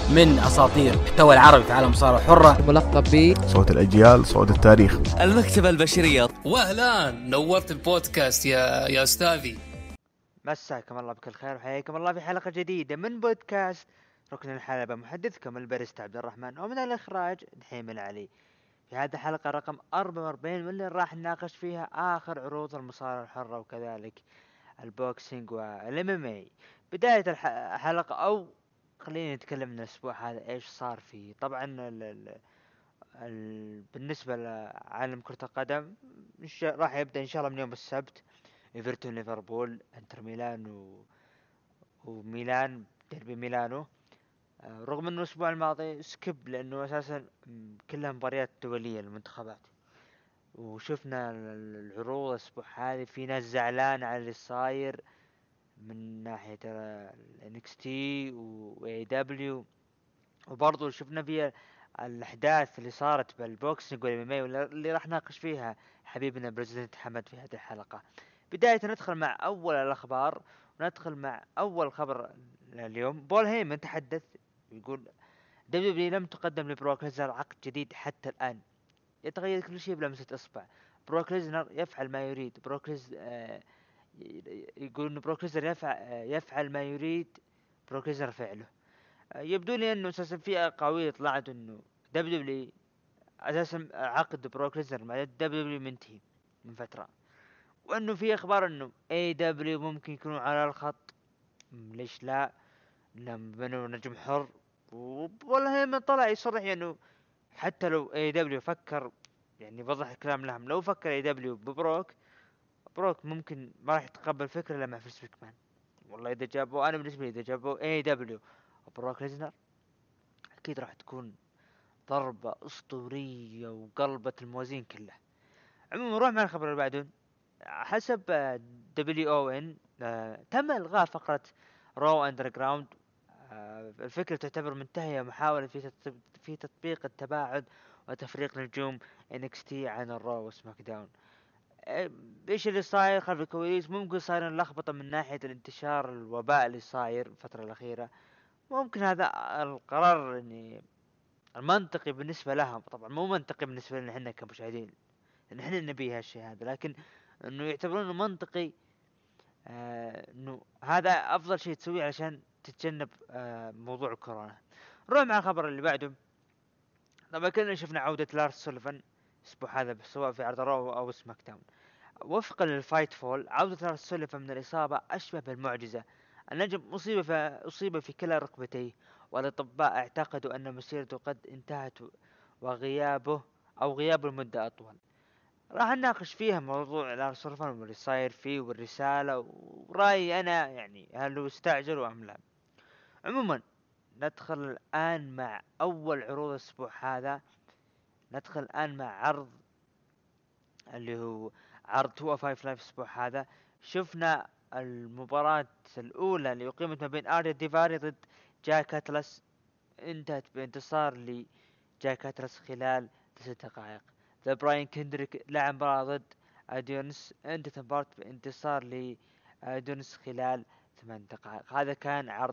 من أساطير المحتوى العربي في عالم المصارعة الحرة، ملقب ب صوت الأجيال، صوت التاريخ، المكتبة البشرية. وأهلا، نورت البودكاست يا أستاذي. مساكم الله بكل خير وحياكم الله في حلقة جديدة من بودكاست ركن الحلبة. محدثكم الباريستا عبد الرحمن، ومن الإخراج نحيم العلي. في هذه الحلقة رقم 44 واللي راح نناقش فيها آخر عروض المصارعة الحرة وكذلك البوكسينج والام ام اي. بداية الحلقة أو خلينا نتكلم من الأسبوع هذا إيش صار فيه. طبعا بالنسبة لعالم كرة القدم راح يبدأ إن شاء الله من يوم السبت. ايفرتون ليفربول، انتر ميلان وميلان ديربي ميلانو. رغم انه الاسبوع الماضي سكيب لانه اساسا كلها مباريات دولية للمنتخبات، وشفنا العروض الاسبوع هذه في ناس زعلان على اللي صاير من ناحية NXT و AEW، وبرضو شفنا فيها الاحداث اللي صارت بالبوكسينج والMMA اللي راح ناقش فيها حبيبنا بريزيدنت حمد في هذه الحلقة. بداية ندخل مع أول الأخبار، وندخل مع أول خبر اليوم. بول هيمن تحدث يقول WWE لم تقدم لبروك ليزنر عقد جديد حتى الآن، يتغير كل شيء بلمسة إصبع. بروك ليزنر يفعل ما يريد. يقول إن بروك ليزنر يفعل ما يريد بروك ليزنر فعله. يبدو لي إنه أساسا في أقاويل طلعت إنه WWE أساسا عقد بروك ليزنر مع WWE منتهي من فترة، وانه في اخبار انه AEW ممكن يكونوا على الخط. ليش لا؟ لم بنوا نجم حر. والله من طلع يصرح انه حتى لو AEW فكر، يعني وضح الكلام لهم، لو فكر AEW ببروك ممكن ما راح يتقبل فكره الا مع فيس مان. والله اذا جابوا، انا بالنسبه لي اذا جابوا AEW وبروك ليزنر اكيد راح تكون ضربه اسطوريه وقلبت الموازين كلها. عموما نروح مع الخبر اللي بعده. حسب WON تم إلغاء فقرة رو أندرغراوند. الفكرة تعتبر منتهية، محاولة في تطبيق التباعد وتفريق نجوم NXT عن الرو وسماك داون. ايش اللي صاير خلف الكواليس؟ ممكن صاير لخبطة من ناحية الانتشار الوباء اللي صاير الفترة الأخيرة. ممكن هذا القرار يعني المنطقي بالنسبة لهم، طبعا مو منطقي بالنسبة لنا احنا كمشاهدين، ان احنا نبي هالشيء هذا، لكن انه يعتبرونه منطقي. انه هذا افضل شيء تسويه علشان تتجنب موضوع الكورونا. نروح مع الخبر اللي بعده. طبعا كلنا شفنا عودة لارس سوليفان الاسبوع هذا سواء في عرض رو او سماك داون. وفقا للفايت فول، عودة لارس سوليفان من الإصابة أشبه بالمعجزة. النجم أصيب في كلا ركبتيه، والأطباء اعتقدوا أن مسيرته قد انتهت غيابه لمدة أطول. راح نناقش فيها موضوع لارس سوليفان واللي صاير فيه والرسالة، ورأيي أنا يعني هل هو استعجل أم لا. عموما ندخل الآن مع أول عروض الأسبوع هذا. ندخل الآن مع عرض اللي هو عرض 205 لايف الأسبوع هذا. شفنا المباراة الأولى اللي أقيمت ما بين آريا ديفاري ضد جاك أتلس، انتهت بانتصار لجاك أتلس خلال 9 دقائق. ذا براين كندريك لعب مباراة ضد أديونس، انتهت المباراة بانتصار لأديونس خلال 8 دقائق. هذا كان عرض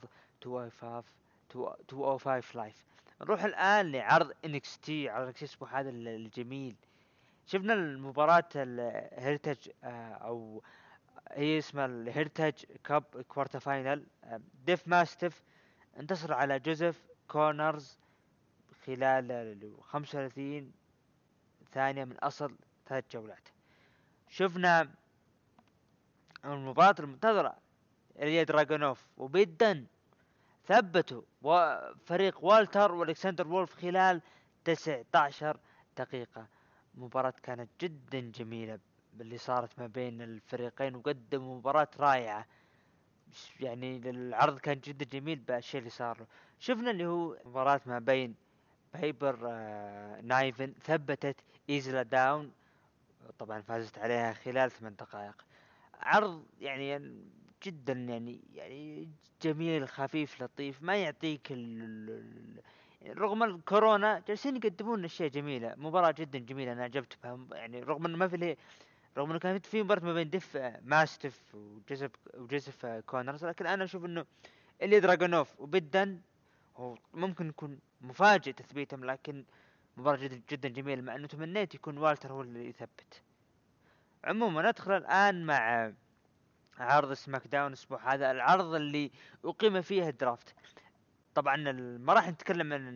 205 لايف. نروح الآن لعرض NXT. عرض NXT الأسبوع هذا الجميل. شفنا المباراة الهيرتاج او هي اسمها الهيرتاج كاب كوارتر فاينل. ديف ماستيف انتصر على جوزيف كونرز خلال 35 ثانية من اصل 3 جولات. شفنا المباراة المنتظرة إليا دراغونوف وبيدن ثبتوا فريق والتر والكسندر وولف خلال 19 دقيقة. مباراة كانت جدا جميلة اللي صارت ما بين الفريقين، وقدموا مباراة رائعة. يعني العرض كان جدا جميل بالشيء اللي صار له. شفنا اللي هو مباراة ما بين بايبر نايفن، ثبتت إيزلا داون، طبعا فازت عليها خلال 8 دقائق. عرض يعني جدا يعني جميل خفيف لطيف، ما يعطيك رغم الكورونا جالسين يقدمون اشياء جميله. مباراه جدا جميله انا عجبت بها، يعني رغم انه ما في رغم انه كانت في مباراه ما بين ديف ماستف وجوزيف كونرز، لكن انا اشوف انه اللي دراغونوف وبيدن هو ممكن يكون مفاجئ تثبيتهم، لكن مباراة جدا جدا جميلة، مع انه تمنيت يكون والتر هو اللي يثبت. عموما ندخل الان مع عرض سماك داون الاسبوع هذا، العرض اللي اقيم فيه الدرافت. طبعا ما راح نتكلم عن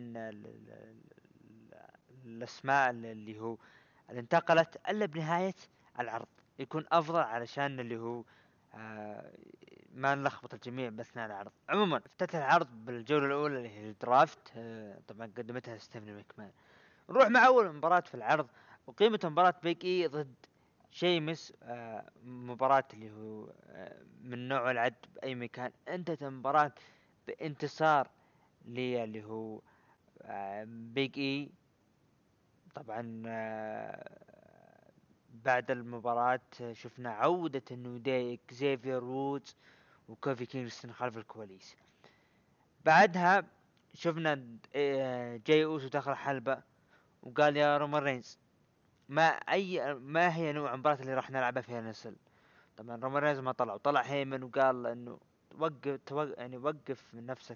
الاسماء اللي هو اللي انتقلت الا بنهاية العرض، يكون افضل علشان اللي هو آه، ما نلخبط الجميع باثناء العرض. عموما افتتح العرض بالجولة الاولى اللي هي الدرافت، طبعا قدمتها ستيفني ماكمان. نروح مع اول مباراة في العرض، وقيمة مباراة بيج اي ضد شيمس. مباراة اللي هو من نوع العد بأي مكان. انتهت المباراة بانتصار اللي هو بيج اي. طبعا بعد المباراة شفنا عودة النودي اكزيفير وودز وكوفي كينغستون خلف الكواليس. بعدها شفنا جاي اوسو دخل حلبة وقال يا رومان رينز ما هي نوع المباراة اللي راح نلعبها فيها نسل. طبعا رومان رينز ما طلع، وطلع هيمن وقال انه يعني وقف من نفسك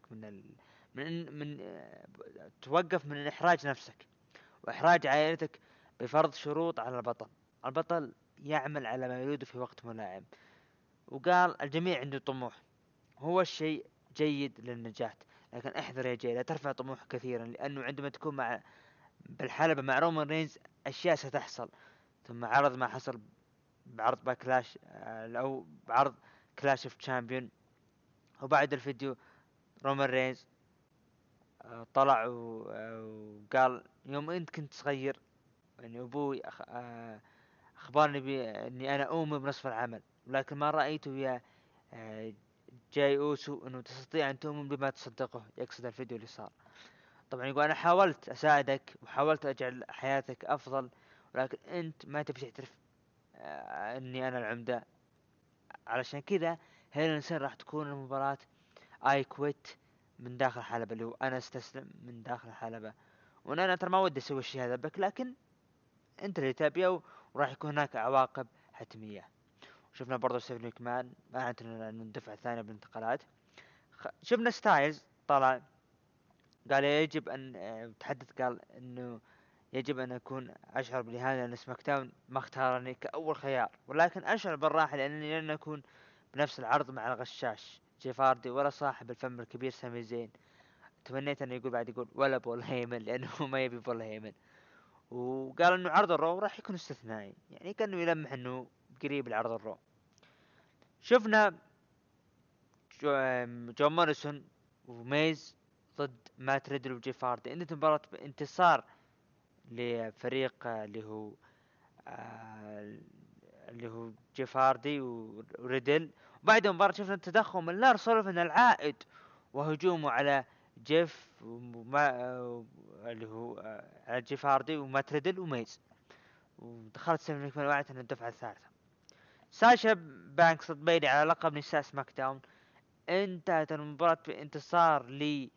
توقف من احراج نفسك واحراج عائلتك بفرض شروط على البطل. البطل يعمل على ما يريده في وقت ملائم. وقال الجميع عنده طموح، هو الشيء جيد للنجاح، لكن احذر يا جاي لا ترفع طموحك كثيرا، لانه عندما تكون بالحلبة مع رومان رينز اشياء ستحصل. ثم عرض ما حصل بعرض باكلاش او بعرض كلاش اوف تشامبيون. وبعد الفيديو رومان رينز طلع وقال يوم انت كنت صغير يعني ابوي اخبرني اني انا اؤمن بنصف العمل، ولكن ما رايته يا جاي اوسو انه تستطيع ان تؤمن بما تصدقه. يقصد الفيديو اللي صار. طبعا يقول انا حاولت اساعدك وحاولت اجعل حياتك افضل، ولكن انت ما تبي تعترف اني انا العمدة. علشان كذا هيل نسن راح تكون المباراة اي كويت من داخل الحلبة، اللي هو انا استسلم من داخل الحلبة. وانا ترى ما ودي اسوي الشيء هذا بك، لكن انت اللي تبيه، وراح يكون هناك عواقب حتمية. شفنا برضو ستيفن كمان ما اعلنت انه الدفعة الثانية بالانتقالات. شفنا ستايلز طلع قال يجب ان تحدث، قال انه يجب ان اكون اشعر بهذا ان سماك داون ما اختارني كاول خيار، ولكن اشعر بالراحة لانني لن اكون بنفس العرض مع الغشاش جيف هاردي ولا صاحب الفم الكبير سامي زين. تمنيت انه يقول بعد يقول ولا بول هيمن، لانه ما يبي بول هيمن. وقال انه عرض الرو راح يكون استثنائي، يعني كانه يلمح انه قريب العرض الرو. شفنا جون موريسون وميز ضد مات ريدل وجيف هاردي. انتهت المباراة بانتصار لفريق آه، اللي هو جيف هاردي وريدل. وبعد المباراة شفنا تدخل من لار سوليفان العائد وهجومه على جيف وما اللي هو على جيف هاردي ومات ريدل وميز. ودخلت ستيفن ماكمان وعدت ان الدفعة الثالثة. ساشا بانكس ضد بيلي على لقب نساء سماك داون. انتهت المباراة بانتصار ل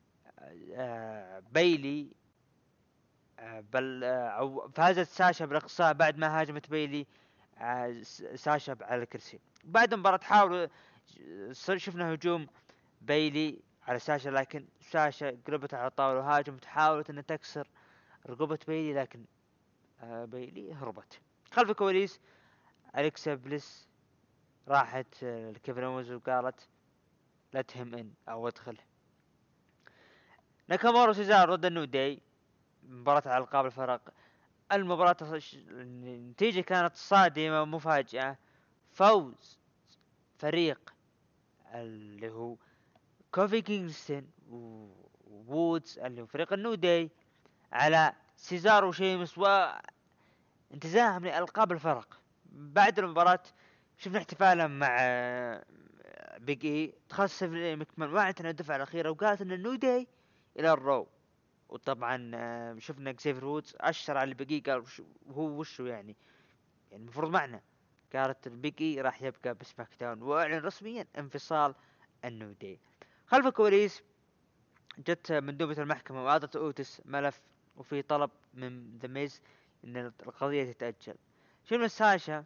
بيلي، بل أو فازت ساشا بالاقصاء بعد ما هاجمت بيلي ساشا على الكرسي. بعد المباراة حاولوا شفنا هجوم بيلي على ساشا، لكن ساشا قلبت على الطاولة وهاجمت، حاولت ان تكسر رقبة بيلي، لكن بيلي هربت. خلف الكواليس أليكسا بليس راحت لكيفن اوز وقالت لا تهم ان او ادخل. ناكامورا وسيزارو ضد النو داي، مباراة على القاب الفرق. المباراة النتيجة كانت صادمة ومفاجئة. فوز فريق اللي هو كوفي كينغستون ووودز اللي هو فريق النو داي على سيزارو وشيمس، وانتزاعهم لألقاب الفرق. بعد المباراة شفنا احتفالا مع بيج اي. دخلت ستيفن ماكمان وعدت عن الدفعة الأخيرة وقالت ان النو داي إلى الرو. وطبعا شفنا اكزيفير وودز اشر على بيج اي، قال وهو وشو يعني المفروض معنا. قالت البيج اي راح يبقى بسماك داون، واعلن رسميا انفصال النو داي. خلف الكواليس جت مندوبة المحكمة وأعطت أوتس ملف، وفي طلب من ذا ميز ان القضية تتأجل. شفنا ساشا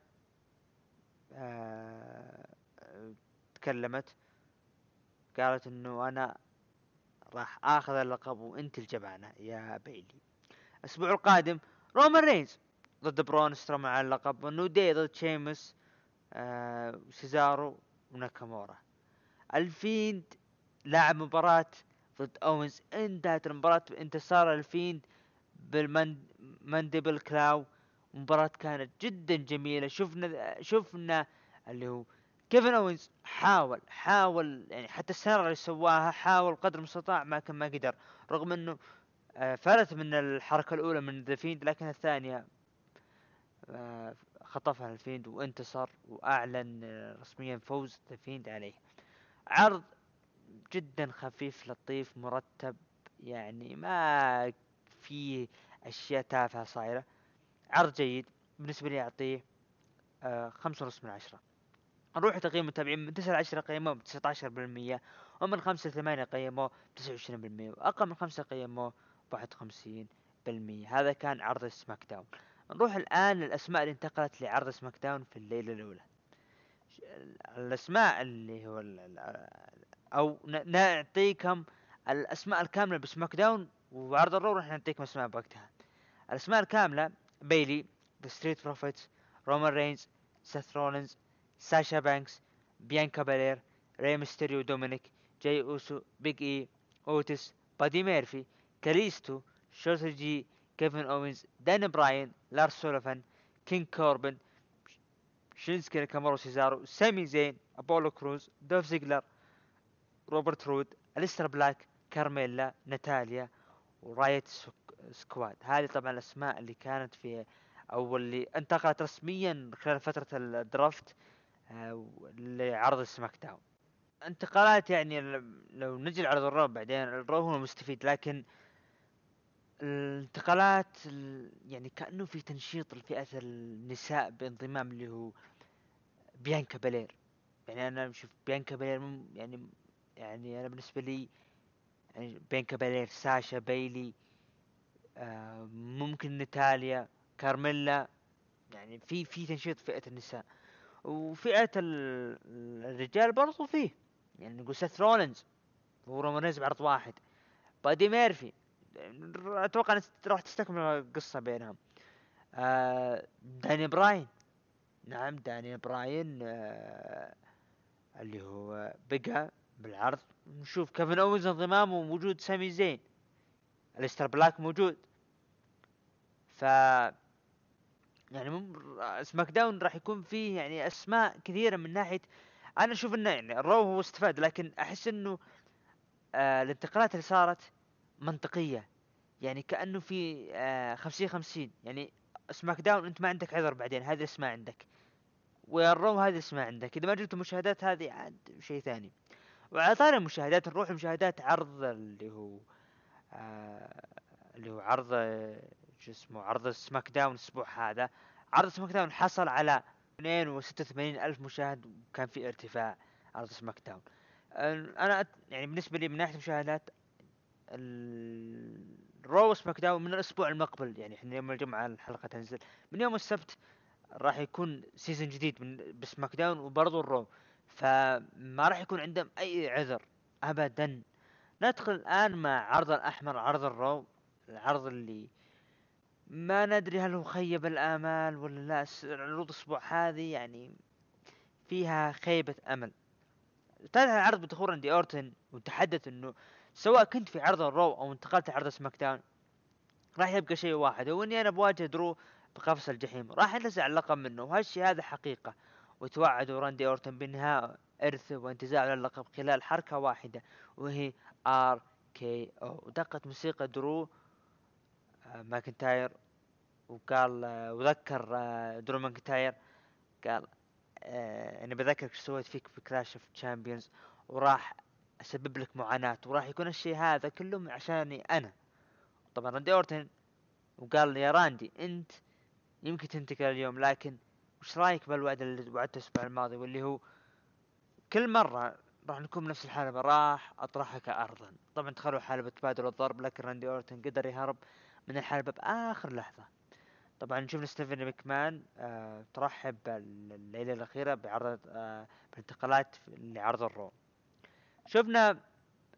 تكلمت، قالت انه انا راح اخذ اللقب وانت الجبانة يا بيلي. الاسبوع القادم رومان رينز ضد برون سترومان على اللقب، ونو داي ضد شيمس، سيزارو وناكامورا. الفيند لاعب مباراة ضد اوينز، انتهت المباراة بانتصار الفيند بالمانديبل كلاو. مباراة كانت جدا جميلة. شفنا اللي هو كيفن اوينز حاول يعني حتى السنة اللي سواها حاول قدر المستطاع، ما كان ما قدر، رغم انه فلت من الحركة الاولى من ذا فيند، لكن الثانية خطفها الفيند وانتصر، واعلن رسميا فوز ذا فيند عليه. عرض جدا خفيف لطيف مرتب، يعني ما فيه اشياء تافهة صايرة. عرض جيد بالنسبة لي، اعطيه 5.5 من 10. نروح تقييم المتابعين من 9 ل10 قيموه ب19%، ومن 5 ل8 قيموه ب29%، واقل من 5 قيموه ب51%. هذا كان عرض سماك داون. نروح الان للاسماء اللي انتقلت لعرض سماك داون في الليلة الاولى. الاسماء اللي هو او نعطيكم الاسماء الكاملة بسماك داون، وعرض الرو راح نعطيكم اسماء بوقتها. الاسماء الكاملة: بيلي، ذا ستريت بروفيتس، رومان رينز، سيث رولينز، ساشا بانكس، بيانكا بالير، ري ميستيريو، دومينيك، جاي اوسو، بيج اي، اوتس، بادي ميرفي، كاليستو، شوتر جي، كيفن اوينز، دان براين، لارس سوليفان، كينج كوربن، شينسكي ناكامورا، سيزارو، سامي زين، ابولو كروز، دوف زيجلر، روبرت رود، اليستر بلاك، كارميلا، ناتاليا، ورايت سكواد. هذه طبعا الاسماء اللي كانت في او اللي انتقلت رسميا خلال فترة الدرافت لعرض السماك داون. انتقالات يعني لو نجي لعرض الرو بعدين، الرو هو المستفيد، لكن الانتقالات يعني كأنه في تنشيط لفئة النساء بانضمام اللي هو بيانكا بالير. يعني انا بشوف بيانكا بالير يعني انا بالنسبة لي يعني بيانكا بالير، ساشا، بايلي، ممكن ناتاليا، كارميلا. يعني في تنشيط فئة النساء. وفئة الرجال برضو فيه، يعني نقول سيث رولينز ورومان رينز بعرض واحد، بادي ميرفي. اتوقع راح تستكمل القصة بينهم. داني براين، نعم داني براين، اللي هو بقى بالعرض. نشوف كيفن اوز انضمامه موجود، سامي زين، الستر بلاك موجود. ف يعني سماك داون راح يكون فيه يعني اسماء كثيرة من ناحية. انا اشوف انه يعني الرو هو استفاد، لكن احس انه الانتقالات اللي صارت منطقية. يعني كأنه في 50-50. يعني سماك داون انت ما عندك عذر بعدين، هذه الاسماء عندك، والرو هذه الاسماء عندك. اذا ما جبت المشاهدات هذه عاد شيء ثاني. وعلى طاري المشاهدات، نروح لمشاهدات عرض آه اللي هو عرض شو اسمه، عرض سماك داون الاسبوع هذا. عرض سماك داون حصل على 82 ألف مشاهد، وكان في ارتفاع عرض سماك داون. انا يعني بالنسبة لي من ناحية المشاهدات، الرو سماك داون من الاسبوع المقبل، يعني احنا يوم الجمعة الحلقة تنزل، من يوم السبت راح يكون سيزن جديد من بسماك داون وبرضو الرو، فما راح يكون عندهم اي عذر ابدا. ندخل الان مع عرض الاحمر، عرض الرو، العرض اللي ما ندري هل هو خيب الامال ولا لا. عروض الاسبوع هذه يعني فيها خيبة امل. افتتح العرض بدخول راندي اورتن، وتحدث انه سواء كنت في عرض الرو او انتقلت لعرض سماك داون، راح يبقى شيء واحد، هو اني انا بواجه درو بقفص الجحيم، راح انتزع اللقب منه، وهالشي هذا حقيقة. وتوعدوا راندي اورتن بانهاء ارثه وانتزاعه للقب خلال حركة واحدة، وهي ار كي او. ودقت موسيقى درو ماكنتاير، وقال وذكر درو ماكنتاير، قال انا بذكرك شو سويت فيك في كلاش اوف تشامبيونز، وراح اسبب لك معاناة، وراح يكون الشيء هذا كله عشاني انا. طبعا راندي اورتن وقال يا راندي انت يمكن تنتقل اليوم، لكن وش رايك بالوعد اللي وعدته الاسبوع الماضي، واللي هو كل مرة راح نكون بنفس الحلبة، راح اطرحك ارضا. طبعا دخلوا حلبة تبادل الضرب، لكن راندي اورتن قدر يهرب من الحلبة باخر لحظة. طبعا شفنا ستيفن مكمان ترحب الليلة الأخيرة بعرض بانتقالات لعرض الرو. شفنا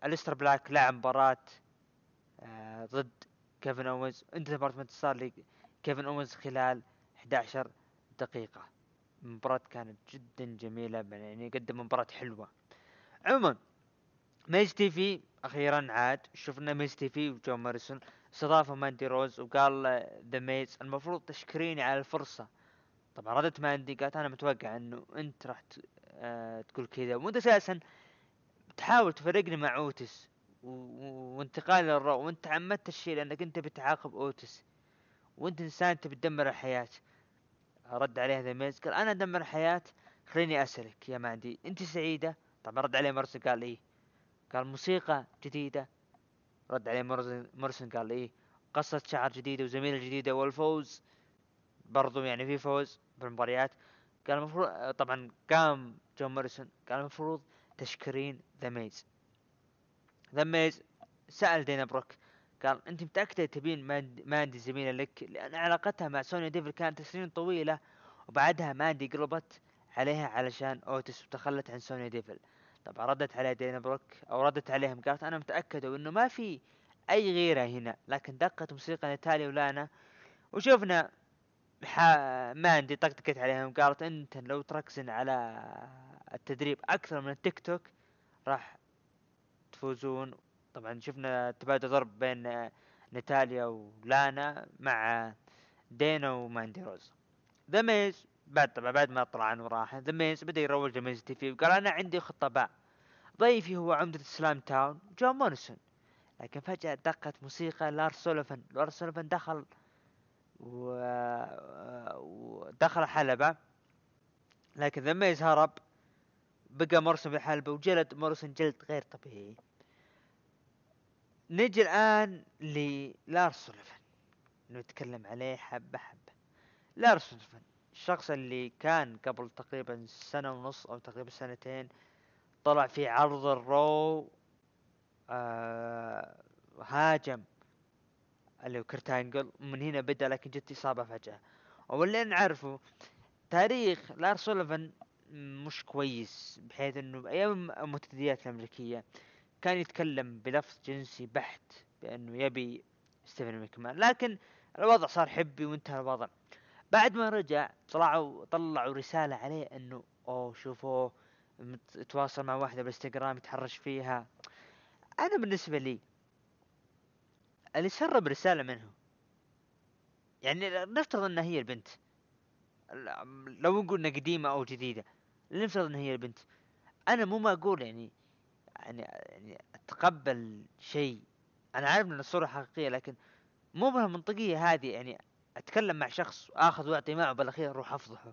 أليستر بلاك لعب مباراة ضد كيفن أوينز، انت مباراة انتصار لكيفن أوينز خلال 11 دقيقة. المباراة كانت جدا جميلة، يعني قدم مباراة حلوة. عموما ميز تي في اخيرا عاد، شفنا ميز تي في وجون ماريسون استضافوا ماندي روز، وقال ذا ميز المفروض تشكريني على الفرصة. طبعا ردت ماندي قالت انا متوقع انه انت راح تقول كذا، وانت اساسا تحاول تفرقني مع اوتس وانتقال للرو، وانت عمدت الشيء لانك انت بتعاقب اوتس، وانت انسان تبي تدمر الحياة. رد عليه ذا ميز قال انا ادمر الحياة؟ خليني اسألك يا ماندي، انت سعيدة؟ طبعا رد عليه مارسون قال ايه. قال موسيقى جديدة؟ رد عليه مورسون قال ايه. قصة شعر جديدة وزميلة جديدة والفوز برضو، يعني في فوز بالمباريات. قال المفروض، طبعا قام جون موريسون قال المفروض تشكرين ذا ميز. ذا ميز سأل دينا بروك قال انت متأكدة تبين ماندي زميلة لك؟ لان علاقتها مع سونيا ديفل كانت سنين طويلة، وبعدها ماندي قلبت عليها علشان اوتس وتخلت عن سونيا ديفل. طبعا ردت عليه دينا بروك، او ردت عليهم قالت انا متأكدة وانه ما في اي غيرة هنا، لكن دقت موسيقى ناتاليا ولانا وشوفنا ماندي طقطقت عليهم قالت انت لو تركزن على التدريب اكثر من التيك توك راح تفوزون. طبعا شفنا تبادل ضرب بين ناتاليا ولانا مع دينا وماندي روز. ذا ميز بعد ما طلع عنه وراح، ذا ميز بدا يروج لميز تي في وقال انا عندي خطة باء، ضيفي هو عمدة سلام تاون جون مونسون. لكن فجأة دقت موسيقى لارس سوليفان دخل ودخل الحلبة، لكن ذا ميز هرب، بقى مورسون بالحلبة وجلد مورسون جلد غير طبيعي. نجي الآن للارس سوليفان، نتكلم عليه حبة حبة. لارس سوليفان الشخص اللي كان قبل تقريبا سنة ونص أو تقريبا سنتين طلع في عرض الرو، هاجم اللي هو كرتانجل، ومن هنا بدأ، لكن جت إصابة فجأة. واللي نعرفه تاريخ لارس سوليفان مش كويس، بحيث انه بايام المنتديات الامريكية كان يتكلم بلفظ جنسي بحت بانه يبي ستيفن ميكمان، لكن الوضع صار حبي وانتهى الوضع. بعد ما رجع طلعوا رسالة عليه انه اوه شوفوا يتواصل مع واحدة بالانستغرام يتحرش فيها. انا بالنسبة لي اللي سرب رسالة منه، يعني نفترض ان هي البنت، لو قلنا قديمة او جديدة، لنفترض ان هي البنت، انا مو معقول يعني اتقبل شيء. انا عارف ان الصورة حقيقية، لكن مو بهالمنطقية هذه، يعني اتكلم مع شخص واخذ واعطي معه بالاخير اروح افضحه.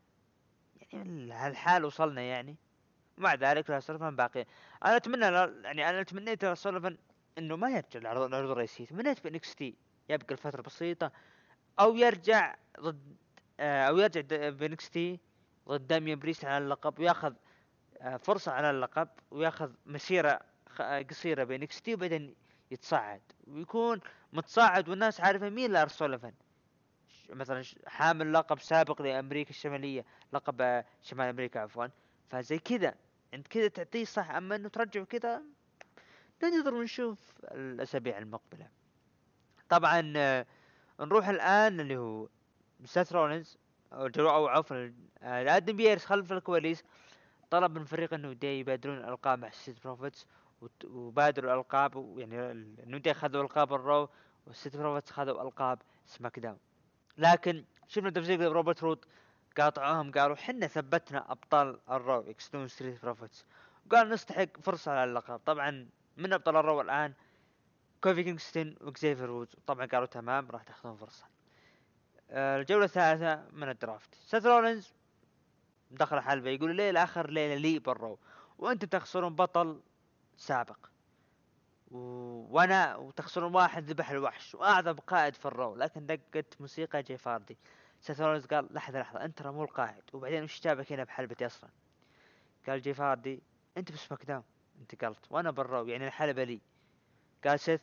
يعني هالحال وصلنا يعني. ومع ذلك لا سوليفان باقي. انا اتمنى يعني انا تمنيت لا سوليفان انه ما يرجع العروض الرئيسية، تمنيت في انكس تي يبقى لفترة بسيطة، او يرجع ضد او يرجع في انكس تي ضد داميان بريست على اللقب، وياخذ فرصة على اللقب، وياخذ مسيرة قصيرة بين اكس تي، وبعدين يتصاعد ويكون متصاعد والناس عارفة مين لارس سوليفان. مثلا حامل لقب سابق لأمريكا الشمالية، لقب شمال أمريكا عفوا. فزي كذا انت كذا تعطيه صح، اما انه ترجعه كذا ننتظر ونشوف الأسابيع المقبلة. طبعا نروح الآن اللي هو سيث رولينز، او عفوا ادم بيرس خلف الكواليس طلب من الفريق انه يبادرون الالقاب مع السيت بروفيتس، وبادروا الالقاب، يعني انه اخذوا القاب الرو، والسيت بروفيتس خذوا القاب سماك داون. لكن شفنا تفسير روبرت رود قاطعوهم، قالوا حنا ثبتنا ابطال الرو يقصدون ستريت بروفيتس، قال نستحق فرصة على اللقب. طبعا من ابطال الرو الان كوفي كينغستون وكزيفير وودز، طبعا قالوا تمام راح تاخذون فرصة. الجولة الثالثة من الدرافت، سيث رولينز دخل حلبة يقول ليلة آخر ليلة لي بالرو، وانتم تخسرون بطل سابق وانا وتخسرون واحد ذبح الوحش واعظم قائد في الرو. لكن دقت موسيقى جي فاردي. سيث رولينز قال لحظة انت ترى مو القائد، وبعدين وش جابك هنا بحلبتي اصلا؟ قال جي فاردي انت بسماك داون انتقلت وانا بالرو، يعني الحلبة لي. قال سيث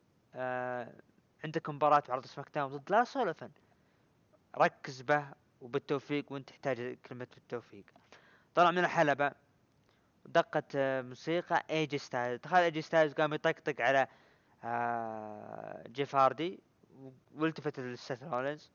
عندك مباراة بعرض سماك داون ضد لا سوليفان، ركز به وبالتوفيق، وانت تحتاج كلمة بالتوفيق. طلع من الحلبة ودقت موسيقى ايجي ستايلز. تخيل ايجي ستايلز قام يطقطق على جيف هاردي، والتفت لسيث رولينز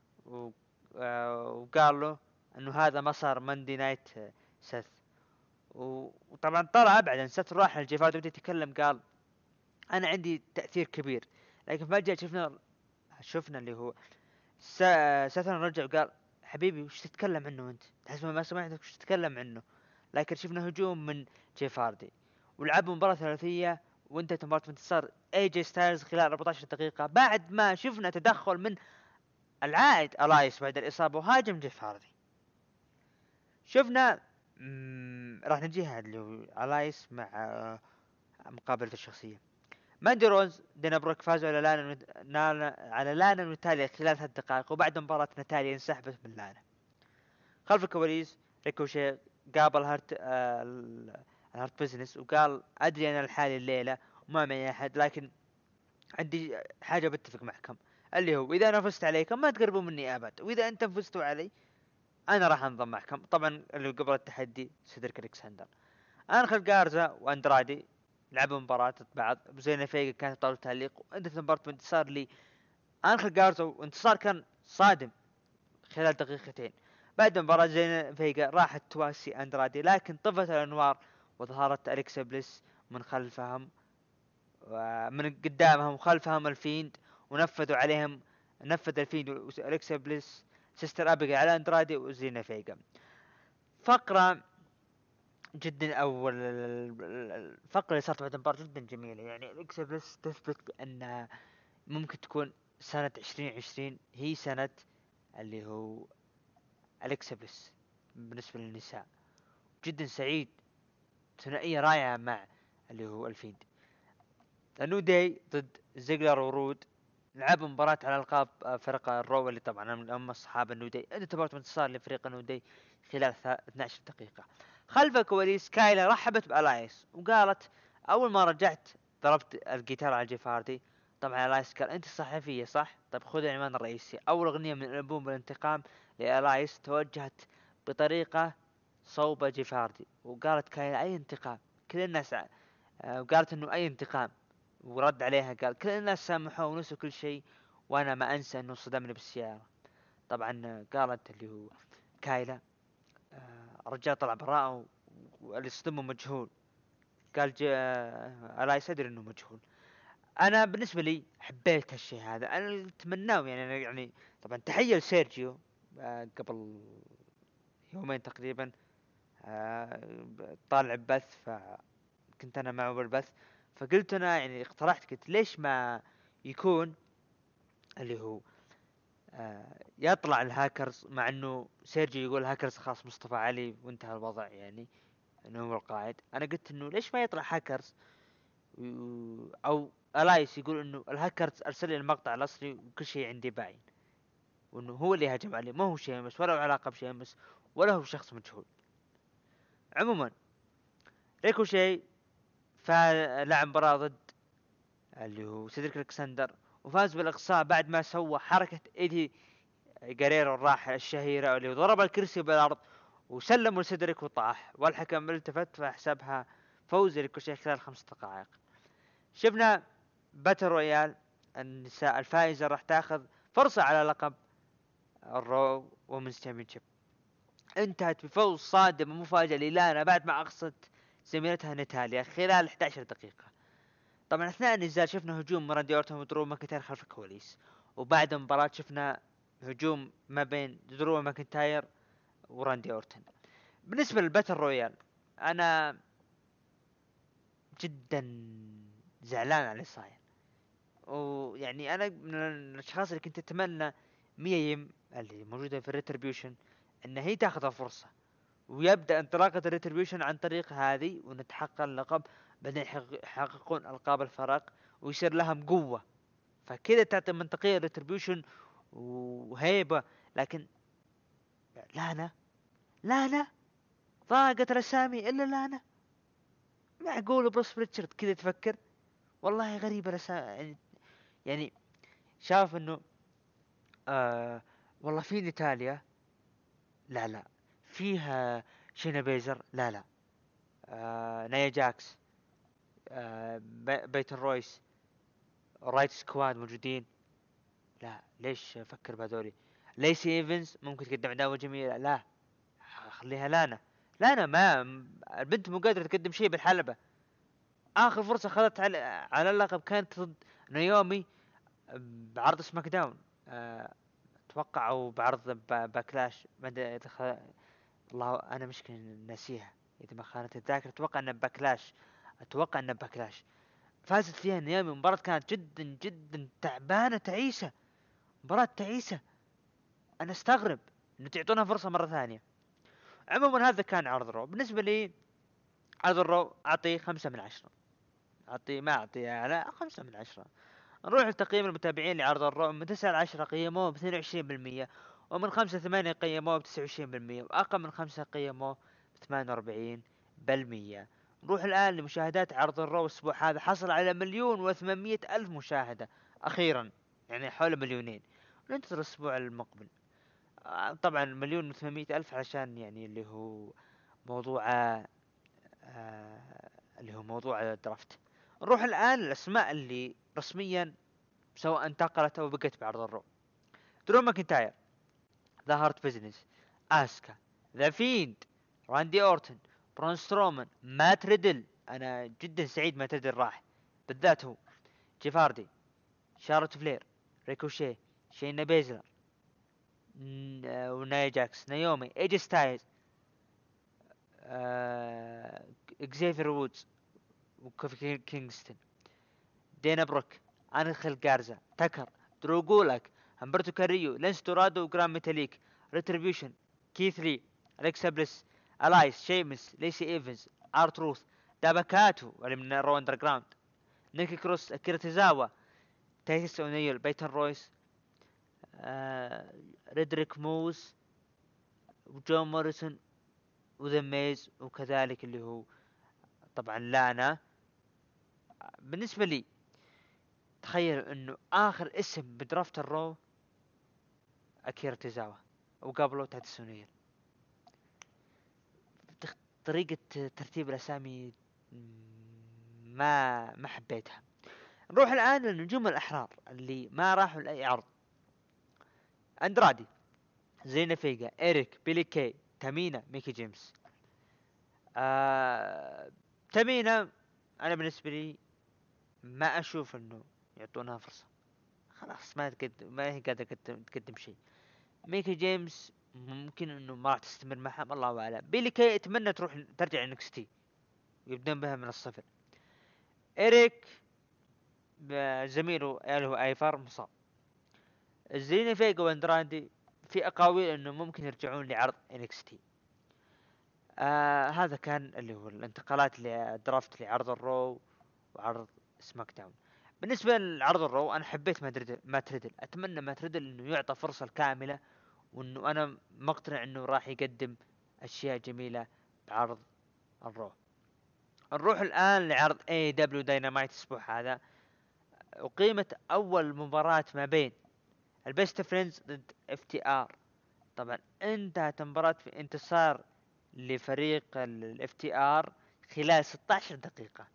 وقال له انه هذا مسار ماندي نايت سيث. وطبعا طلع ابعد ان سيث راح لجيف هاردي وبدا يتكلم، قال انا عندي تاثير كبير. لكن فجاه شفنا اللي هو سيث رجع وقال حبيبي وش تتكلم عنه انت؟ تحس ما سمعتك وش تتكلم عنه. لكن شفنا هجوم من جيف هاردي ولعبوا مباراة ثلاثية وانتهت المباراة بانتصار اي جي ستايلز خلال 14 دقيقة، بعد ما شفنا تدخل من العائد الايس بعد الاصابة وهاجم جيف هاردي. شفنا راح نجيها اللي هو الايس مع مقابلة الشخصية. ماندي روز دينا بروك فازوا على لانا وناتاليا خلال 3 دقائق، وبعد مباراة ناتاليا انسحبت من لانا. خلف الكواليس ريكوشي قابل الهارت بزنس وقال ادري انا لحالي الليلة وما معي احد، لكن عندي حاجة بتفق معكم اللي هو اذا انا فزت عليكم ما تقربوا مني ابد، واذا انتم فزتوا علي انا راح انضم معكم. طبعا اللي قبل التحدي سيدريك الكسندر. انخل جارزا واندرادي لعبوا مباراة بعض، زينا فيجا كانت طاولة تعليق وانتهت المباراة بانتصار لي انخل جارزا، وانتصار كان صادم خلال دقيقتين. بعد مباراة زينا فيجا راحت تواسي اندرادي، لكن طفت الانوار وظهرت اليكسا بليس من خلفهم ومن قدامهم وخلفهم الفيند، ونفذوا عليهم. نفذ الفيند واليكسا بليس سيستر ابيجا على اندرادي وزينا فيجا. فقرة جدا اول الفقره اللي صارت بعد المباراه جدا جميله، يعني الاكسبرس تثبت بان ممكن تكون سنه 2020 هي سنه اللي هو الاكسبرس بالنسبه للنساء. جدا سعيد، ثنائيه رائعه مع اللي هو الفيند. النو داي ضد زيجلر ورود لعبوا مباراة على القاب فرق الرو اللي طبعا هم اصحاب النو داي. انتهت مباراة انتصار لفريق النو داي خلال 12 دقيقة. خلف الكواليس كايلا رحبت بالايس وقالت اول ما رجعت ضربت الجيتار على جيف هاردي. طبعا الايس قال انت صحفية صح؟ طيب خذ العنوان الرئيسي. اول اغنية من الالبوم بالانتقام لالايس توجهت بطريقة صوب جيف هاردي، وقالت كايلا اي انتقام؟ كل الناس وقالت انه اي انتقام، ورد عليها قال كل الناس سامحوه ونسوا كل شيء وانا ما انسى انه صدمني بالسيارة. طبعا قالت اللي هو كايلا الرجال طلع براءه واللي صدمه مجهول. قال الايس ادري انه مجهول. انا بالنسبه لي حبيت هالشيء هذا، انا اتمناه يعني. أنا يعني طبعا تحيه لسيرجيو قبل يومين تقريبا طالع بث، فكنت انا معه بالبث، فقلت انا يعني اقترحت قلت ليش ما يكون اللي هو يطلع الهاكرز، مع انه سيرجيو يقول الهاكرز خلاص مصطفى علي وانتهى الوضع يعني انه هو القائد. انا قلت انه ليش ما يطلع هاكرز او الايس يقول انه الهاكرز ارسل لي المقطع الاصلي وكل شيء عندي باين، وانه هو اللي هجم عليه، ما هو شيمس ولا له علاقه بشيمس ولا هو شخص مجهول. عموما ريكوشي فلعب مباراة ضد اللي هو سيدريك الكسندر وفاز بالاقصاء بعد ما سوى حركة ايدي جاريرو الراحل الشهيرة اللي ضرب الكرسي بالارض وسلمه لسيدريك وطاح، والحكم التفت فحسبها فوز ريكوشي خلال 5 دقائق. شفنا باتل رويال النساء الفائزة راح تاخذ فرصة على لقب الرو ومنز تشامبيونشيب. انتهت بفوز صادم ومفاجئ للانا بعد ما اقصت زميلتها ناتاليا خلال 11 دقيقة. طبعا اثناء النزال شفنا هجوم راندي اورتون ودرو ماكنتاير خلف الكواليس، وبعد المباراة شفنا هجوم ما بين درو ماكنتاير وراندي اورتون. بالنسبة للباتل رويال انا جدا زعلان على اللي صاير، ويعني انا من الاشخاص اللي كنت اتمنى ميم اللي موجوده في الريتربيوشن ان هي تاخذ الفرصه ويبدا انطلاقه الريتربيوشن عن طريق هذه ونتحقق اللقب، بعدين يحققون القاب الفرق ويصير لهم قوه، فكذا تعطي منطقيه الريتربيوشن وهيبه. لكن لانا ضاقت الاسامي الا لانا. معقول بروس ريتشارد كذا تفكر؟ والله غريبه الاسامي يعني شاف انه والله في نيتاليا لا فيها شينا بيزر لا نايا جاكس، بيتن رويس، رايت سكواد موجودين. لا ليش افكر بهذولي؟ ليسي ايفنز ممكن تقدم عداوة جميلة، لا خليها لانا. لانا ما البنت مو قادرة تقدم شيء بالحلبة. اخر فرصة خذت على اللقب كانت ضد نيومي بعرض سماك داون، اتوقع او بعرض باكلاش، ما ادري الله انا مشكلة ناسيها اذا ما خانت الذاكرة. اتوقع انه باكلاش، اتوقع انه باكلاش فازت فيها نيامي. مباراة كانت جدا جدا تعبانة تعيسة، مباراة تعيسة. انا استغرب انه تعطونها فرصة مرة ثانية. عموما هذا كان عرض رو. بالنسبة لي عرض الرو اعطيه 5/10. اعطيه ما اعطيه على 5/10. نروح لتقييم المتابعين لعرض الرو. من 9 ل10 قيموه ب 22%، ومن 5 ل8 قيموه ب 29%، واقل من 5 قيموه ب 48%. نروح الان لمشاهدات عرض الرو الاسبوع هذا. حصل على 1,800,000 مشاهدة اخيرا، يعني حول 2,000,000. ننتظر الاسبوع المقبل. طبعا 1,800,000 عشان يعني اللي هو موضوع اللي هو موضوع الدرافت. نروح الان الاسماء اللي رسميا سواء انتقلت او بقت بعرض الرو. درو ماكنتاير، ذا هارت بزنس، اسكا، ذا فيند، راندي اورتن، برون سترومان، مات ريدل. انا جدا سعيد مات ريدل راح، بالذات هو. جيفاردي، شارلوت فلير، ريكوشي، شينا بيزلر، ونايا جاكس، نايومي، ايجي ستايلز، اكزيفير وودز، وكوفي كينغستون، دينا بروك، انخيل جارزا، تكر، درو جولك، همبرتو كاريو، لينس دورادو، وجرام ميتاليك، ريتريبيوشن، كيث لي، اليكسا بليس، الايس، شيمس، ليسي ايفنز، ارتروث، داباكاتو اللي من رو اندر جراوند، نيكي كروس، اكيرا تيزاوا، تايسس اونيل، بيتن رويس، ريدريك موز، وجون موريسون، وذا ميز، وكذلك اللي هو طبعا لانا. بالنسبة لي تخيل انه اخر اسم بدرافت الرو اكيرا تيزاوا، وقبله تاتسونيل. طريقة ترتيب الاسامي ما حبيتها. نروح الان للنجوم الاحرار اللي ما راحوا لاي عرض. اندرادي، زينا فيجا، ايريك، بيلي كي، تامينا، ميكي جيمس. تامينا انا بالنسبة لي ما اشوف انه يعطونها فرصة، خلاص ما هي قادرة تقدم شيء. ميكي جيمس ممكن انه ما راح تستمر معهم، الله اعلم. بيلي كي اتمنى ترجع انكستي ويبدون بها من الصفر. ايريك زميله اللي هو ايفر مصاب. زيني فيجا واندراندي في اقاويل انه ممكن يرجعون لعرض انكستي. هذا كان اللي هو الانتقالات للدرافت لعرض الرو وعرض سماك داون. بالنسبة لعرض الرو انا حبيت مات ريدل. اتمنى مات ريدل انه يعطى فرصة الكاملة، وانه انا مقتنع انه راح يقدم اشياء جميلة بعرض الرو. نروح الان لعرض اي دبليو داينامايت الاسبوع هذا. اقيمت اول مباراة ما بين البيست فريندز ضد اف تي ار. طبعا انتهت المباراة في انتصار لفريق الاف تي ار خلال 16 دقيقة.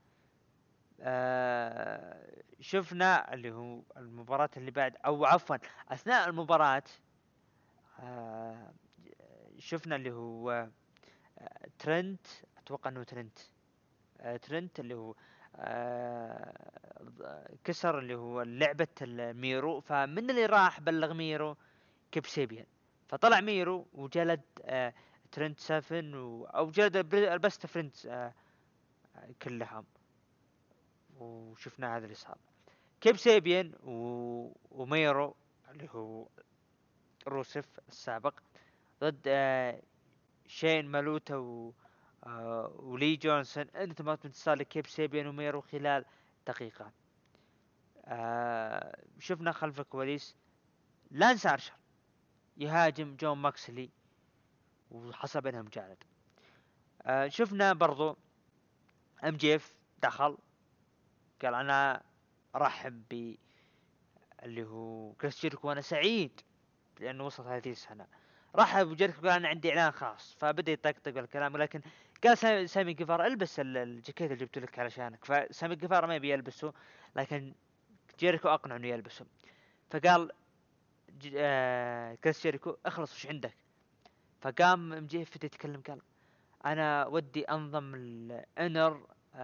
شفنا اللي هو المباراة اللي بعد، او عفوا اثناء المباراة آه شفنا اللي هو ترنت، اتوقع انه ترنت اللي هو كسر اللي هو لعبة الميرو. فمن اللي راح بلغ ميرو؟ كيب سيبيان. فطلع ميرو وجلد ترنت سافن او جلد البست فريندز كلهم. وشفنا هذا اللي صار. كيب سيبيان وميرو اللي هو روسف السابق ضد شين مالوتا ولي جونسون. انت ما انتصار لكيب سيبيان وميرو خلال دقيقة. شفنا خلف الكواليس لانس ارشر يهاجم جون ماكسلي وحصل بينهم جالد. شفنا برضو ام جيف دخل قال انا ارحب ب اللي هو كريس جيريكو وانا سعيد لانه وصل 30 سنة. رحب بجيريكو قال انا عندي اعلان خاص، فبدا يطقطق الكلام، ولكن قال سامي جيفارا البس الجاكيت اللي جبت لك علشانك. فسامي جيفارا ما يبي يلبسه، لكن جيريكو اقنع انه يلبسه. فقال كريس جيريكو اخلص وش عندك. فقام ام جي اف يتكلم، قال انا ودي انضم الانر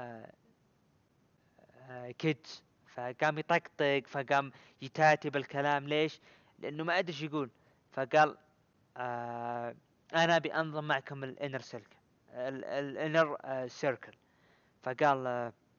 كيدز. فقام يطقطق، فقام يتاتي بالكلام. ليش؟ لانه ما ادري ايش يقول. فقال انا ابي انضم معكم الانر سيركل، الانر سيركل. فقال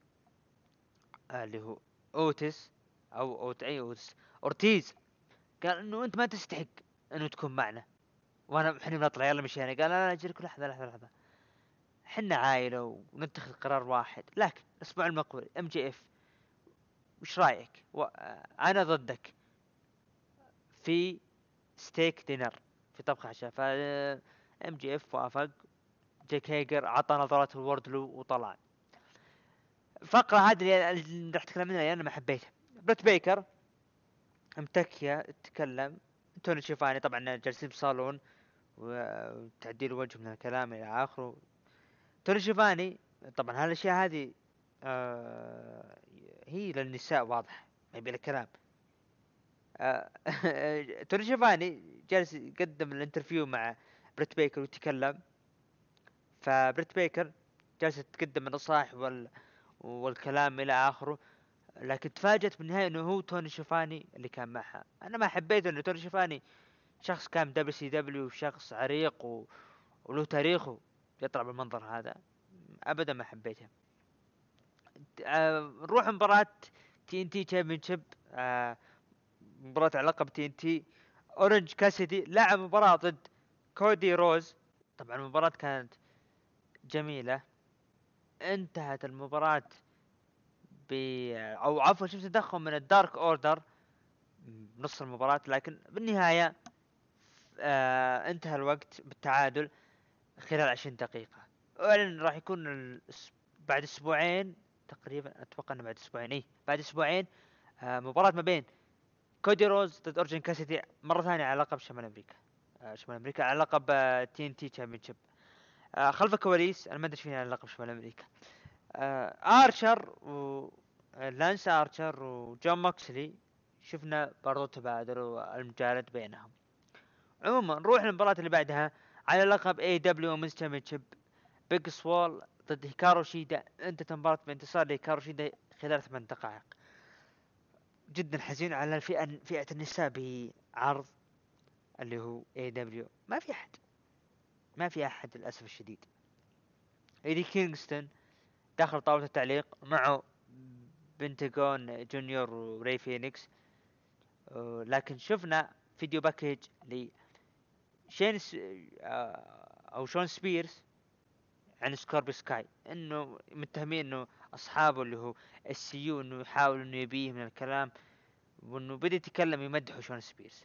اللي هو اوتس او اوتس اورتيز، قال انه انت ما تستحق انه تكون معنا، وانا احنا بنطلع يلا مشينا. قال لا اجلك، لحظه لحظه لحظه، حنا عائله ونتخذ قرار واحد. لكن الاسبوع المقبل ام جي اف وش رايك؟ انا ضدك في ستيك دينر، في طبخ عشاء. ف ام جي اف وافق. جيك هيجر عطى نظرات الوردلو وطلع. الفقرة هذه اللي راح اتكلم منها انا ما حبيتها. بروت بيكر متكية تتكلم، توني شيفاني طبعا جالسين في صالون وتعديل وجه من الكلام الى اخره. توني شيفاني طبعا هالاشياء هذه هي للنساء واضح، ما يبي لك كلام. آه توني شيفاني جالس يقدم الانترفيو مع بريت بيكر ويتكلم. فبريت بيكر جالسة تقدم النصائح والكلام الى اخره. لكن تفاجأت بالنهاية انه هو توني شيفاني اللي كان معها. انا ما حبيت انه توني شيفاني شخص كان دبليو سي دبليو وشخص عريق وله تاريخه يطلع بالمنظر هذا. ابدا ما حبيته. نروح مباراة تي ان تي تشامبيونشيب، مباراة علاقة بتي ان تي. اورنج كاسيدي لعب مباراة ضد كودي روز. طبعا المباراة كانت جميلة. انتهت المباراة او عفوا شفت تدخل من الدارك اوردر بنص المباراة، لكن بالنهاية انتهى الوقت بالتعادل خلال 20 دقيقة. اعلن راح يكون بعد اسبوعين تقريبا، اتوقع انه بعد اسبوعين، بعد اسبوعين مباراة ما بين كودي روز ضد اورجن كاسيدي مرة ثانية على لقب شمال امريكا. شمال امريكا على لقب تي ان تي تشامبيونشيب. خلف الكواليس انا ما ادري فيني على لقب شمال امريكا. ارشر لانس ارشر وجون موكسلي شفنا برضو تبادل والمجالد بينهم. عموما نروح للمباراة اللي بعدها على لقب اي دبليو ومنز تشامبيونشيب. بيج سوال ضد هيكارو شيدا. انتهت المباراة بانتصار لهيكارو شيدا خلال 8 دقائق. جدا حزين على فئة النساء بعرض اللي هو اي دبليو. ما في احد للاسف الشديد. ايدي كينغستون داخل طاولة التعليق معه بنتاغون جونيور وري فينيكس. لكن شفنا فيديو باكيج لشين او شون سبيرز عن سكوربي سكاي، انه متهمين انه اصحابه اللي هو السي يو انه يحاول انه يبيه من الكلام، وانه بدأ يتكلم يمدحه شون سبيرز.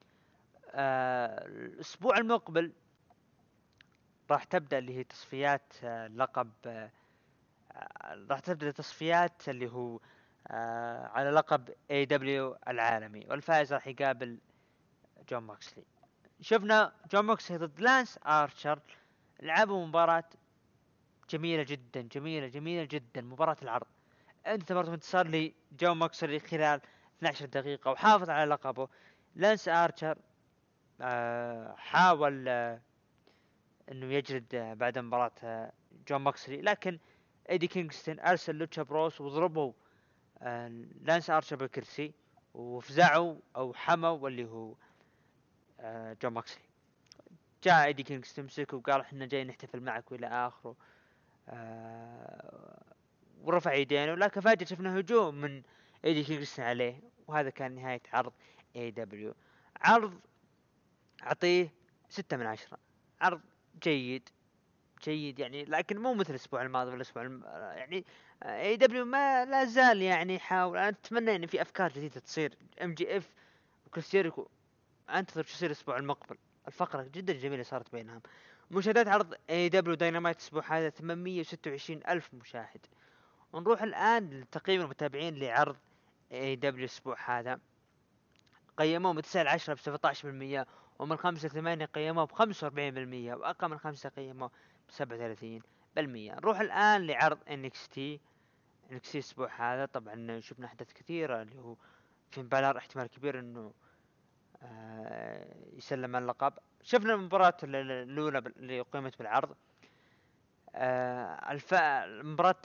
الاسبوع المقبل راح تبدأ اللي هي تصفيات لقب راح تبدأ تصفيات اللي هو على لقب اي دبليو العالمي، والفائز راح يقابل جون موكسلي. شفنا جون موكسلي ضد لانس ارشر، لعبوا مباراة جميلة جدا جميلة جميلة جدا، مباراة العرض. انت برضو انتصار لجون موكسلي خلال 12 دقيقة وحافظ على لقبه. لانس ارشر حاول انه يجلد بعد مباراة جون موكسلي، لكن ايدي كينغستون ارسل لوتشا بروس وضربوا لانس ارشر بالكرسي وفزعوا او حموا واللي هو جون موكسلي. جاء ايدي كينغستون مسك وقال احنا جاي نحتفل معك والى اخره. ورفع يدينه، لكن فجأة شفنا هجوم من ايدي كينغستون عليه، وهذا كان نهاية عرض اي دبليو. عرض اعطيه 6/10. عرض جيد جيد يعني، لكن مو مثل الاسبوع الماضي والاسبوع يعني اي دبليو ما لا زال يعني يحاول. انا اتمنى ان في افكار جديده تصير. ام جي اف وكريستيريكو انتظر شو يصير الاسبوع المقبل. الفقره جدا جميله صارت بينهم. مشاهدات عرض اي دبليو داينامايت الاسبوع هذا 826 الف مشاهد. ونروح الان لتقييم المتابعين لعرض اي دبليو الاسبوع هذا. قيموه من 9/10 ب 17%، ومن 5 ل 8 قيموه ب 45%، واقل من 5 قيموه ب 37%. نروح الان لعرض NXT الاسبوع هذا. طبعا شفنا احداث كثيره، اللي هو فين بالر احتمال كبير انه يسلم اللقب. شفنا المباراة الاولى اللي قيمت بالعرض، المباراة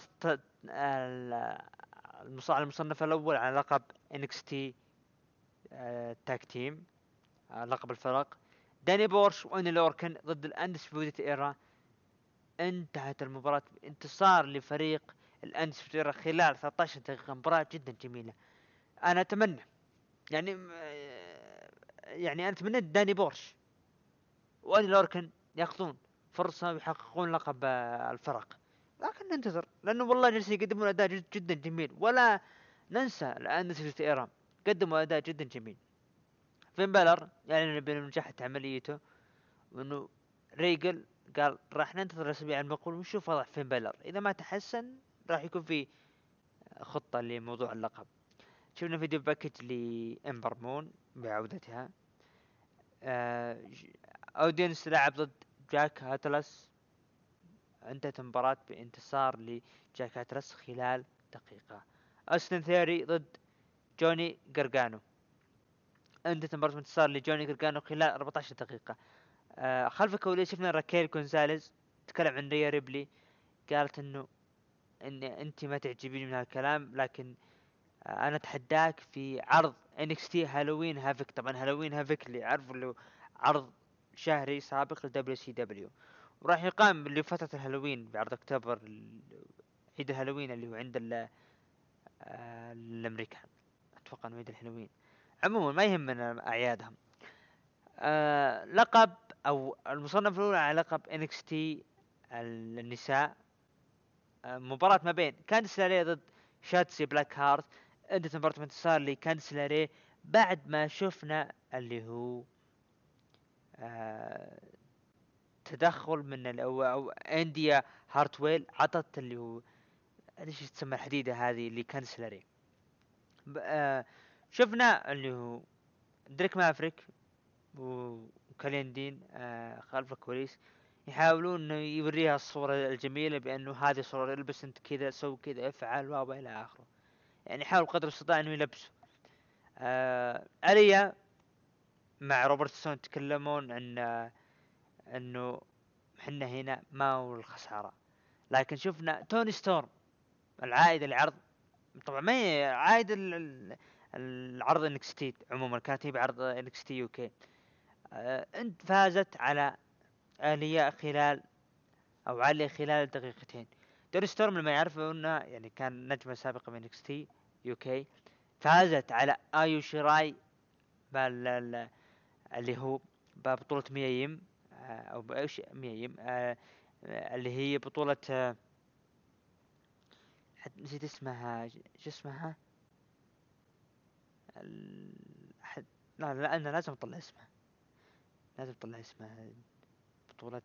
المصنف الاول على لقب NXT تاك تيم، لقب الفرق، داني بورش وأوني لوركن ضد الاندسبيوتد ايرا. انتهت المباراة بانتصار لفريق الاندسبيوتد ايرا خلال 13 دقيقة. مباراة جدا جميلة. انا اتمنى يعني انا اتمنى داني بورش وأوني لوركن ياخذون فرصة ويحققون لقب الفرق، لكن ننتظر، لانه والله جالسين يقدمون اداء جدا جميل. ولا ننسى الاندسبيوتد ايرا قدموا اداء جدا جميل. فين بالر يعني بنجاح عمليته، وانه ريجل قال راح ننتظر الاسابيع المقبل ونشوف وضع فين بالر، اذا ما تحسن راح يكون في خطة لموضوع اللقب. شفنا فيديو باكج لامبر مون بعودتها. اودينس لعب ضد جاك هاتلس، انتهت المباراة بانتصار لجاك هاتلس خلال دقيقة. أوستن ثيوري ضد جوني جرجانو، انتهت المباراة بانتصار لجوني جرجانو خلال 14 دقيقة. خلف الكواليس شفنا راكيل غونزاليز تكلم عن ريا ريبلي، قالت انه ان انت ما تعجبيني من هالكلام، لكن انا اتحداك في عرض NXT هالوين هافك. طبعا هالوين هافك اللي عرفوا له عرض شهري سابق لWCW، وراح يقام لفترة الهالوين بعرض اكتوبر، عيد الهالوين اللي هو عند الامريكان. اتوقع انه عيد الهالوين. عموما ما يهمنا اعيادهم. لقب او المصنف الاول على لقب NXT النساء، مباراة ما بين كانديس لاري ضد شاتسي بلاك هارت. انتهت مباراة بانتصار لكانديس لاري بعد ما شفنا اللي هو تدخل من او انديا هارتويل، عطت اللي هو ايش تسمى الحديدة هذه اللي كانديس لاري. شفنا اللي هو دريك مافريك وكاليندين خلف الكواليس يحاولون انه يوريها الصورة الجميلة، بانه هذه صورة، البس انت كذا، سو كذا، افعل الى اخره. يعني حاول قدر الاستطاعة انه يلبسه. اليا مع روبرتسون تكلمون عن انه حنا هنا ما هو الخسارة، لكن شفنا توني ستورم العائد العرض. طبعا ما هي عائد العرض NXT عموما، كانت هي بعرض NXT UK. انت فازت على اليا خلال او علي خلال دقيقتين. توني ستورم لما يعرفوا انه يعني كان نجمة سابقة من NXT UK، فازت على ايو شيراي اللي هو ببطولة ميايم او بايش ميايم اللي هي بطولة نسيت اسمها، شو اسمها لا انا لازم اطلع اسمها، بطولة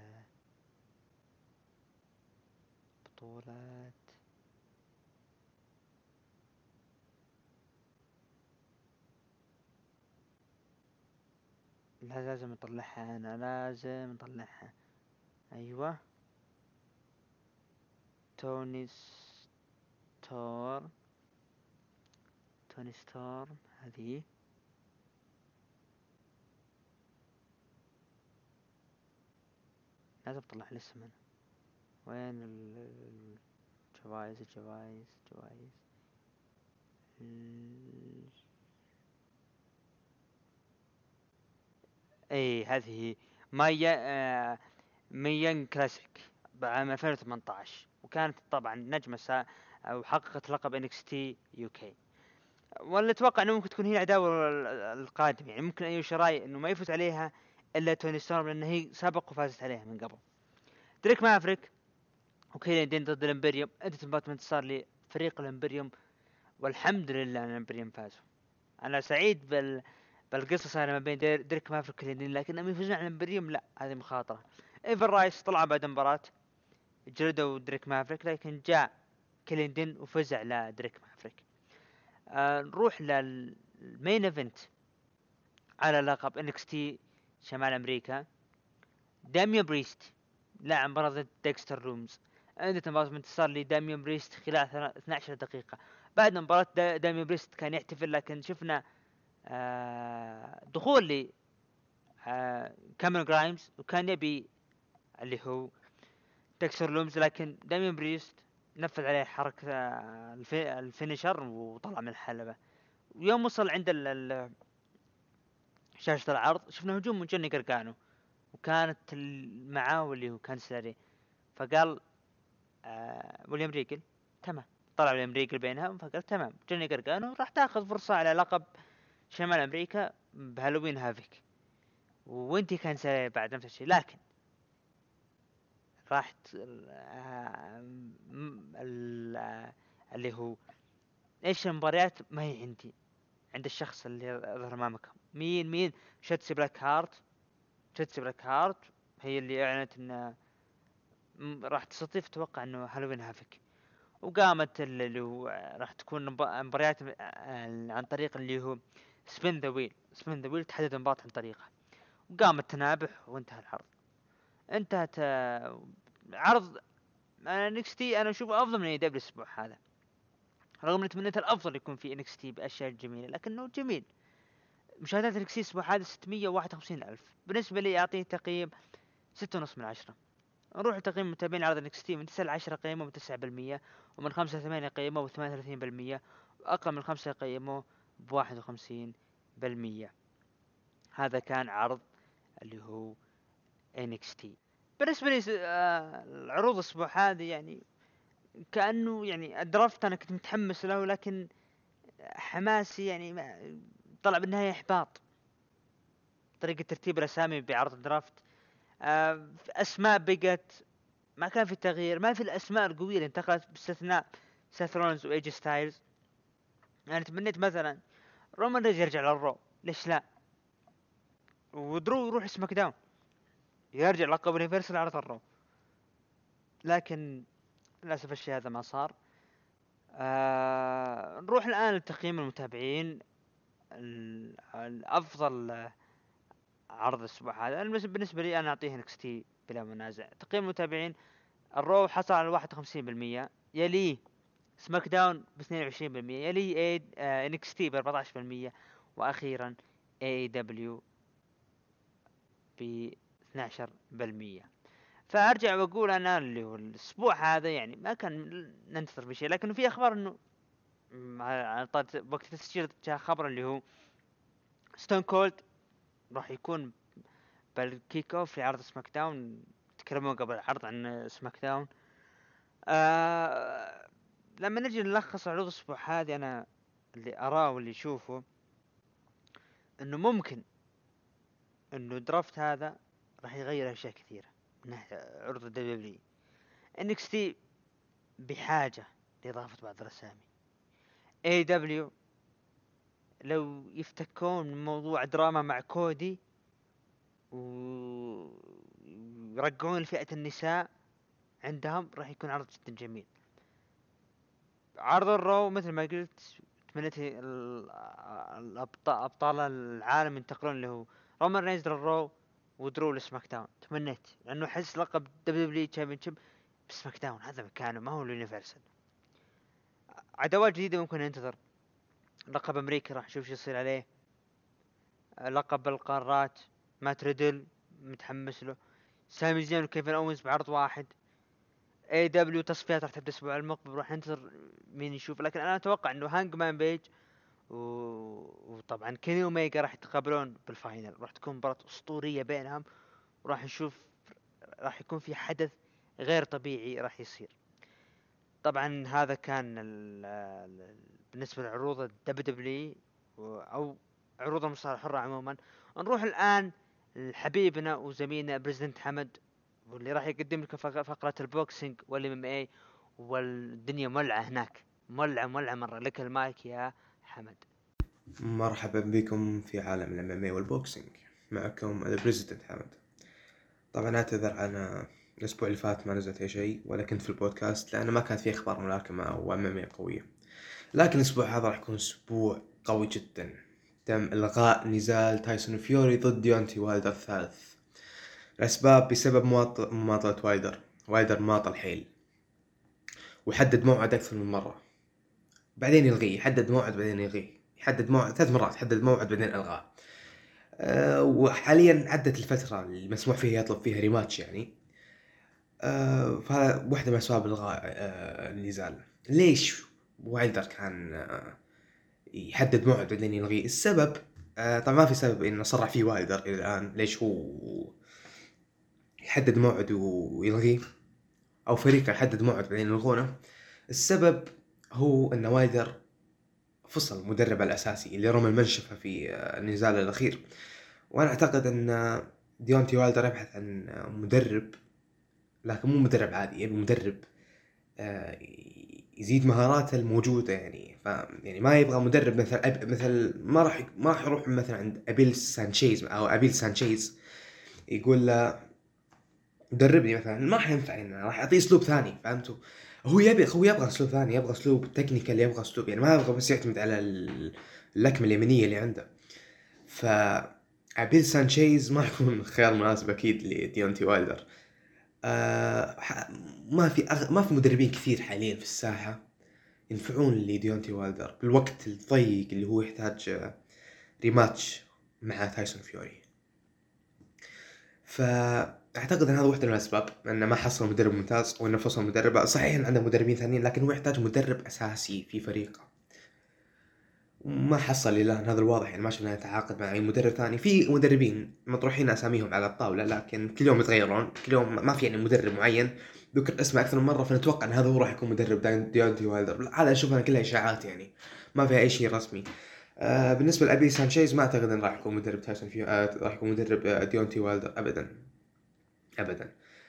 بطولة لازم اطلعها، انا لازم اطلعها. ايوه توني ستور هذه. لازم اطلع الاسم انا. وين الجوائز اي هذه مايا ميان كلاسيك بعام 2018، وكانت طبعا نجمة او حققت لقب NXT UK. ولا اتوقع انه ممكن تكون هي العداوة القادمة، يعني ممكن ايو شراي انه ما يفوز عليها الا توني ستورم، لان هي سبق وفازت عليها من قبل. دريك مافريك وكيلين دين ضد الامبريوم، انت مباراة انتصار لفريق الامبريوم، والحمد لله ان الامبريوم فازوا. انا سعيد بالقصة صار ما بين دريك مافريك وكيلين دين، لكن لما يفوزون على الامبريوم لا، هذه مخاطرة. ايفر رايس طلع بعد المباراة، جلدوا دريك مافريك، لكن جاء كيلين دين وفز على دريك مافريك. نروح للمين ايفنت على لقب NXT شمال امريكا. داميا بريست لاعب مباراة ضد ديكستر لومز. عندنا مباراة انتصار لداميان بريست خلال 12 دقيقة. بعد مباراة داميان بريست كان يحتفل، لكن شفنا دخول ل كاميرون جرايمز، وكان يبي اللي هو ديكستر لومز، لكن داميان بريست نفذ عليه حركة الفينيشر وطلع من الحلبة. ويوم وصل عند شاشة العرض شفنا هجوم من جوني غارغانو، وكانت معاه واللي هو كان ساري، فقال ويليام ريجل تمام. طلع ويليام ريجل بينهم، فقال تمام جوني غارغانو راح تاخذ فرصة على لقب شمال أمريكا بهالوين هافيك، وانتي كان ساري بعد نفس الشيء. لكن راح اللي هو ايش المباريات ما هي عندي، عند الشخص اللي يظهر امامكم. مين شتسي بلاك هارت هي اللي اعلنت ان راح تستضيف، توقع انه هالوين هافك. وقامت اللي هو راح تكون مباريات عن طريق اللي هو سبين ذا ويل تحدد المباراة عن طريقه. وقام التنابح وانتهى العرض. انتهت عرض NXT انا اشوفه افضل من AEW الاسبوع هذا، رغم اني تمنيت الافضل يكون في NXT باشياء جميله، لكنه جميل. مشاهدات NXT الاسبوع هذا 651,000. بالنسبه لي اعطيه تقييم 6.5 من 10. نروح لتقييم متابعين عرض NXT من 9 ل 10 قيمه 9%، ومن 5 ل 8 قيمه 38%، واقل من 5 قيمه 51%. هذا كان عرض اللي هو NXT. بالنسبه لي العروض الاسبوع هذا يعني كأنه يعني الدرافت أنا كنت متحمس له، لكن حماسي يعني طلع بالنهاية إحباط. طريقة ترتيب الأسامي بعرض الدرافت، أسماء بقت ما كان في تغيير، ما في الأسماء القوية اللي انتقلت باستثناء سيث رولينز وإيجي ستايلز. أنا تمنيت مثلا رومان ريز يرجع للرو، ليش لا؟ ودرو يروح سماك داون يرجع لقب يونيفرسال عرض الرو، لكن للأسف الشيء هذا ما صار. نروح الآن لتقييم المتابعين الأفضل عرض الأسبوع هذا. بالنسبة لي أنا أعطيه NXT بلا منازع. تقييم المتابعين الرو حصل على 51%، يليه سماك داون ب22%، يليه NXT ب14%، وأخيرا AEW ب12%. فأرجع وأقول أنا اللي هو الأسبوع هذا يعني ما كان ننتظر بشيء، لكنه في أخبار إنه على وقت تسجيل جاء خبر اللي هو ستون كولد راح يكون بالكيك اوف في عرض سماك داون. تكلمون قبل العرض عن سماك داون. لما نجي نلخص عروض الاسبوع هذه، انا اللي اراه واللي اشوفه انه ممكن انه درافت هذا راح يغير اشياء كثيره من ناحيه عروض الدبليو. NXT بحاجه لاضافه بعض الاسامي. AEW لو يفتكون من موضوع دراما مع كودي ويرجعون لفئة النساء عندهم، راح يكون عرض جدا جميل. عرض الرو مثل ما قلت تمنيت ابطال العالم ينتقلون له رومان رينز للرو ودرو لسماك داون. تمنيت لانه احس لقب WWE تشامبيونشيب بسماك داون هذا مكانه، ما هو اليونيفرسال. عداوات جديدة ممكن ننتظر. لقب امريكا راح نشوف شو يصير عليه. لقب القارات مات ريدل متحمس له. سامي زين وكيفن اونز بعرض واحد. AEW تصفيات راح تبدا الاسبوع المقبل، راح ننتظر مين يشوف. لكن انا اتوقع انه هانج مان بيج وطبعا كيني اوميجا راح يتقابلون بالفاينل، راح تكون مباراة اسطورية بينهم، وراح نشوف راح يكون في حدث غير طبيعي راح يصير. طبعا هذا كان بالنسبة لعروض الدبليو او عروض المصارعة الحرة عموما. نروح الان لحبيبنا وزميلنا بريزيدنت حمد، واللي راح يقدم لك فقرة البوكسينج والMMA، والدنيا مولعة هناك، مولعة مرة. لك المايك يا حمد. مرحبا بكم في عالم الMMA والبوكسينج، معكم البريزيدنت حمد. طبعا اعتذر عن الاسبوع اللي فات ما نزلت اي شيء ولا كنت في البودكاست لانه ما كانت فيه اخبار ملاكمة وMMA قوية. لكن الاسبوع هذا راح يكون اسبوع قوي جدا. تم الغاء نزال تايسون فيوري ضد ديونتي وايلدر الثالث الأسباب بسبب مماطلة وايلدر ماطل حيل، وحدد موعد أكثر من مرة بعدين يلغيه، يحدد موعد بعدين يلغيه، يحدد موعد 3 مرات، حدد موعد بعدين ألغاه. وحاليا عدت الفترة المسموح فيها يطلب فيها ريماتش يعني. فهذا واحدة من أسباب إلغاء النزال. ليش وايلدر كان يحدد موعد بعدين يلغيه؟ السبب طبعا ما في سبب إنه صرح فيه وايلدر إلى الآن ليش هو يحدد موعد ويلغيه، أو فريقه يحدد موعد بعدين يلغونه. السبب هو إن وايلدر فصل مدرب الأساسي اللي رمى المنشفة في النزال الأخير، وأنا أعتقد أن ديونتي وايلدر يبحث عن مدرب، لكن مو مدرب عادي، يبي مدرب يزيد مهاراته الموجودة يعني. يعني ما يبغى مدرب مثل ما راح يروح مثلا عند أبيل سانشيز يقول له مدربني مثلا، ما حينفع يعني، راح يعطيه أسلوب ثاني. فهمتوا؟ هو يبغى أسلوب ثاني، يبغى أسلوب تكنيكال، يبغى أسلوب يعني ما يبغى بس يعتمد على اللكمة اليمنية اللي عنده. فأبيل سانشيز ما يكون خيار مناسب أكيد لديونتي وايلدر. ما في مدربين كثير حاليا في الساحة ينفعون لديونتي وايلدر بالوقت الضيق اللي هو يحتاج ريماتش مع تايسون فيوري. فأعتقد أن هذا واحدة من الأسباب، أنه ما حصل مدرب ممتاز، وأنه فصل مدرب. صحيح أن عنده مدربين ثانيين، لكن هو يحتاج مدرب أساسي في فريقه، ما حصل إلا هذا الواضح يعني. ما شفنا يتعاقد مع أي مدرب ثاني. في مدربين مطروحين أساميهم على الطاولة، لكن كل يوم يتغيرون، كل يوم ما في يعني مدرب معين ذكر اسمه أكثر من مرة فنتوقع أن هذا هو راح يكون مدرب ديونتي وايلدر. هذا أشوفها كلها إشاعات يعني، ما فيها أي شيء رسمي. بالنسبة لأبي سانشيز ما أعتقد أن راح يكون مدرب راح يكون مدرب ديونتي وايلدر أبدا.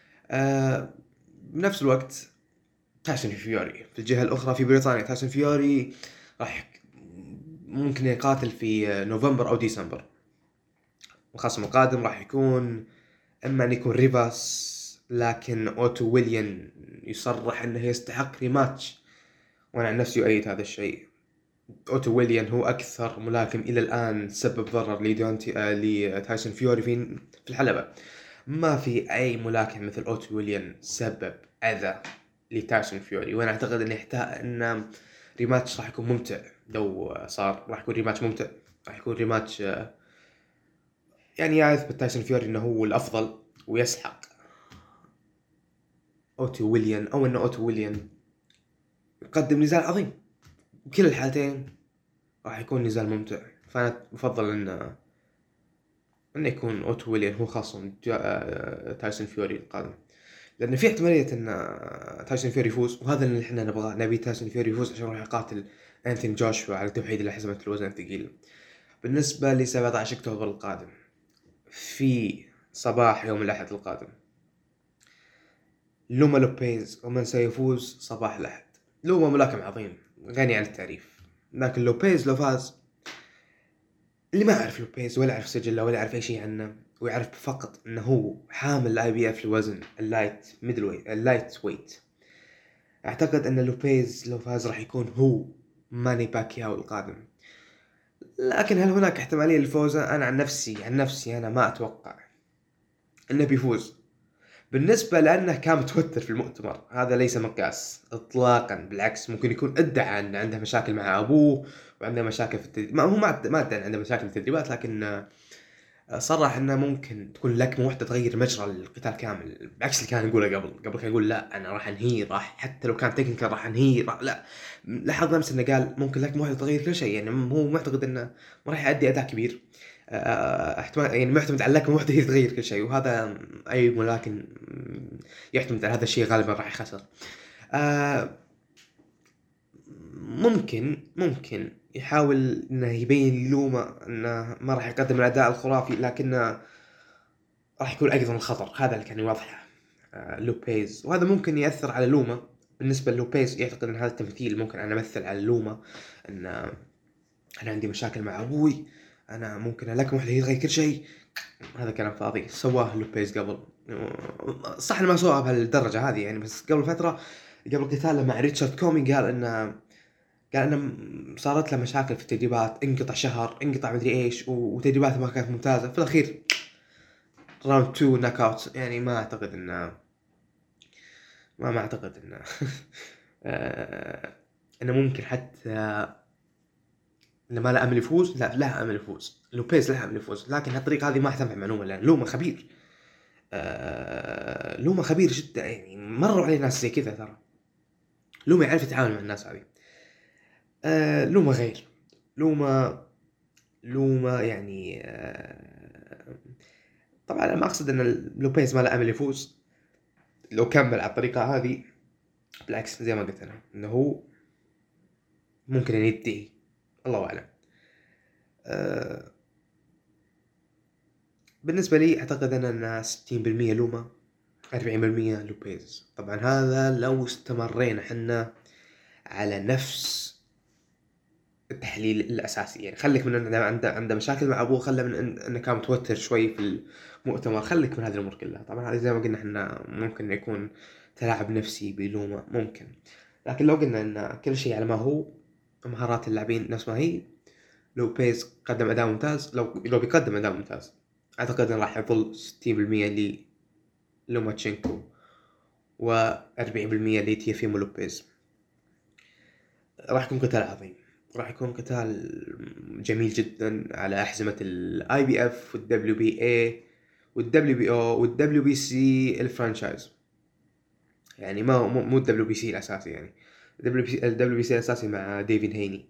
بنفس الوقت تايسون فيوري في الجهة الأخرى في بريطانيا، تايسون فيوري راح ممكن يقاتل في نوفمبر أو ديسمبر. الخصم القادم راح يكون إما أن يكون ريفاس، لكن أوتو ويليان يصرح أنه يستحق ريماتش، وأنا عن نفسي أؤيد هذا الشيء. أوتو ويليان هو أكثر ملاكم إلى الآن سبب ضرر لتايسون فيوري في الحلبة. ما في أي ملاكم مثل أوتو ويليان سبب أذى لتايسون فيوري، وأنا أعتقد أن ريماتش راح يكون ممتع. لو صار راح يكون ريماتش ممتع، راح يكون ريماتش يعني يثبت تايسون فيوري انه هو الافضل ويسحق اوتو ويليان، او انه اوتو ويليان يقدم نزال عظيم. بكل الحالتين راح يكون نزال ممتع، فانا بفضل انه يكون اوتو ويليان هو خاصم تايسون فيوري القادم، لأن في احتمالية أن تايسون فيوري يفوز، وهذا اللي إحنا نبغاه. نبي تايسون فيوري يفوز عشان راح يقاتل أنثوني جوشوا على توحيد الأحزمة الوزن الثقيل. بالنسبة ل 17 أكتوبر القادم، في صباح يوم الأحد القادم، لوما لوبيز ومن سيفوز صباح الأحد. لوما ملاكم عظيم غني عن التعريف، لكن لوبيز لو فاز، اللي ما يعرف لوبيز ولا يعرف سجله ولا يعرف أي شيء عنه، ويعرف فقط انه هو حامل IBF الوزن اللايت ويت، اعتقد ان لوبيز لو فاز راح يكون هو ماني باكياو القادم. لكن هل هناك احتمالية لفوزه؟ انا عن نفسي انا ما اتوقع انه بيفوز، بالنسبة لانه كان متوتر في المؤتمر. هذا ليس مقياس اطلاقا، بالعكس ممكن يكون ادعى ان عنده مشاكل مع ابوه وعنده مشاكل في التدريب. ما ادعى عنده مشاكل في التدريبات، لكن صرح انه ممكن تكون لكمة واحدة تغير مجرى القتال كامل، بعكس اللي كان يقوله قبل كان يقول لا انا راح انهيه، حتى لو كان تكنيكال راح انهيه، لا. لاحظ امس انه قال ممكن لكمة واحدة تغير كل شيء، يعني هو معتقد انه ما راح يؤدي اداء كبير، احتمال يعني معتمد على لكمة واحدة هي تغير كل شيء، وهذا اي ملاكم يعتمد على هذا الشيء غالبا راح يخسر. ممكن يحاول انه يبين لوما انه ما راح يقدم الاداء الخرافي، لكنه راح يكون ايضا الخطر. هذا اللي كان يوضحه لوبيز، وهذا ممكن ياثر على لوما. بالنسبه للوبيز يعتقد ان هذا التمثيل ممكن انا امثل على لوما ان انا عندي مشاكل مع ابوي، انا ممكن لكم واحده يتغير كل شيء. هذا كلام فاضي سواه لوبيز قبل، صح ما سواه بهالدرجه هذه يعني، بس قبل فتره قبل قتاله مع ريتشارد كومي قال انه صارت له مشاكل في التدريبات، انقطع شهر، انقطع مدري ايش، وتدريباته ما كانت ممتازه. في الاخير راوند 2 ناك اوت، يعني ما اعتقد انه ما اعتقد انه انه ممكن حتى انه ما له امل يفوز. لا، له امل يفوز، لوبيز له امل يفوز، لكن هالطريقه هذه ما حتنفع مع لوما، لان لوما خبير. لوما خبير جدا، يعني مروا عليه ناس زي كذا ترى. لوما يعرف يتعامل مع الناس هذه. لوما غير. لوما يعني طبعا انا ما اقصد ان لوبيز ما له امل يفوز لو كمل على الطريقه هذه. بالعكس، زي ما قلت انا انه هو ممكن ان يدعي، الله اعلم. بالنسبه لي اعتقد ان 60% لوما، 40% لوبيز. طبعا هذا لو استمرينا حنا على نفس التحليل الاساسي، يعني خليك من انه عنده مشاكل مع ابوه، خله من انه كان متوتر شوي في المؤتمر، خليك من هذه الامور كلها. طبعا هذه زي ما قلنا احنا ممكن يكون تلاعب نفسي بلوما، ممكن. لكن لو قلنا ان كل شيء على ما هو، مهارات اللاعبين نفس ما هي، لوبيز قدم اداء ممتاز. لو بيقدم اداء ممتاز، اعتقد انه راح يظل 60% لوماتشينكو و40% لتيافيمو لوبيز. راح يكون قتال عظيم، راح يكون قتال جميل جدا على أحزمة الاي بي اف والدبليو بي اي والدبليو بي او والدبليو بي سي الفرانشايز. يعني مو الدبليو بي سي الاساسي، يعني الدبليو بي سي الاساسي مع ديفين هيني.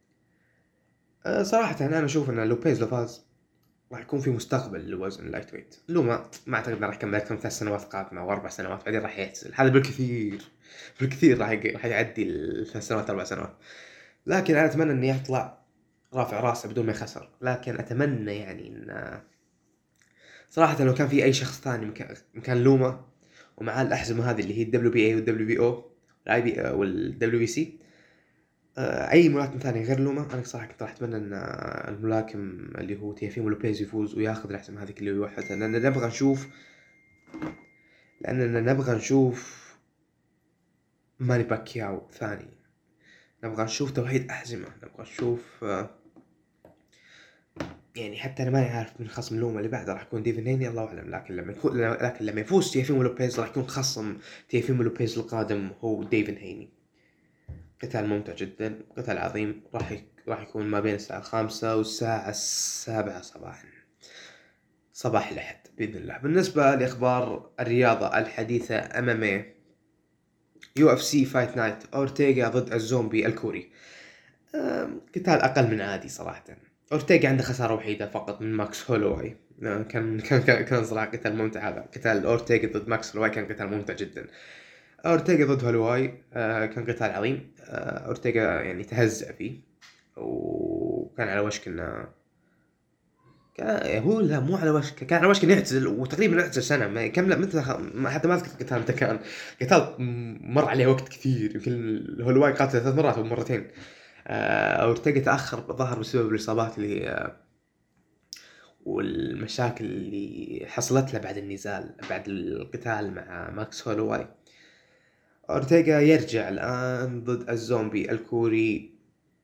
صراحة انا اشوف ان لوبيز لو فاز راح يكون في مستقبل للوزن اللايت ويت. لو ما اعتقد انه راح يكمل اكثر من 3 سنوات قادمة او 4 سنوات، بعدين راح يعتزل. هذا بالكثير راح يعدي 3 سنوات 4 سنوات. لكن انا اتمنى انه يطلع رافع راسه بدون ما يخسر. لكن اتمنى يعني ان صراحة لو كان في اي شخص ثاني مكان لوما ومعاه الاحزمة هذه اللي هي الدبليو بي اي والدبليو بي او الاي بي والدبليو بي سي، اي ملاكم ثاني غير لوما، انا صراحة كنت راح اتمنى ان الملاكم اللي هو تيافيمو لوبيز يفوز وياخذ الاحزمة هذه كلها ويوحدها، لاننا نبغى نشوف ماني باكياو ثاني. نبغى نشوف توحيد احزمة، نبغى نشوف يعني حتى انا ماني عارف من خصم لوما اللي بعده راح يكون ديفين هيني، الله اعلم. لكن لما يفوز تيافيمو لوبيز راح يكون خصم تيافيمو لوبيز القادم هو ديفين هيني. قتال ممتع جدا، قتال عظيم. راح يكون ما بين الساعة 5 والساعة 7 صباح الأحد بإذن الله. بالنسبة لأخبار الرياضة الحديثة MMA، UFC فايت نايت، أورتيغا ضد الزومبي الكوري. قتال أقل من عادي صراحة. أورتيغا عنده خسارة وحيدة فقط من ماكس هولوواي. كان صراحة قتال ممتع. هذا قتال أورتيغا ضد ماكس هولوواي كان قتال ممتع جدا. أورتيغا ضد هولوواي كان قتال عظيم. أورتيغا يعني تهزأ فيه وكان على وشك انه هو لا مو على وشك، كان على وشك انه يعتزل، وتقريبا اعتزل سنة ما كمل حتى ما اذكر القتال متى كان. قتال مر عليه وقت كثير، يمكن هولوواي قاتل 3 مرات او مرتين. أورتيغا تأخر ظهر بسبب الإصابات اللي والمشاكل اللي حصلت له بعد النزال، بعد القتال مع ماكس هولوواي. أورتيغا يرجع الآن ضد الزومبي الكوري.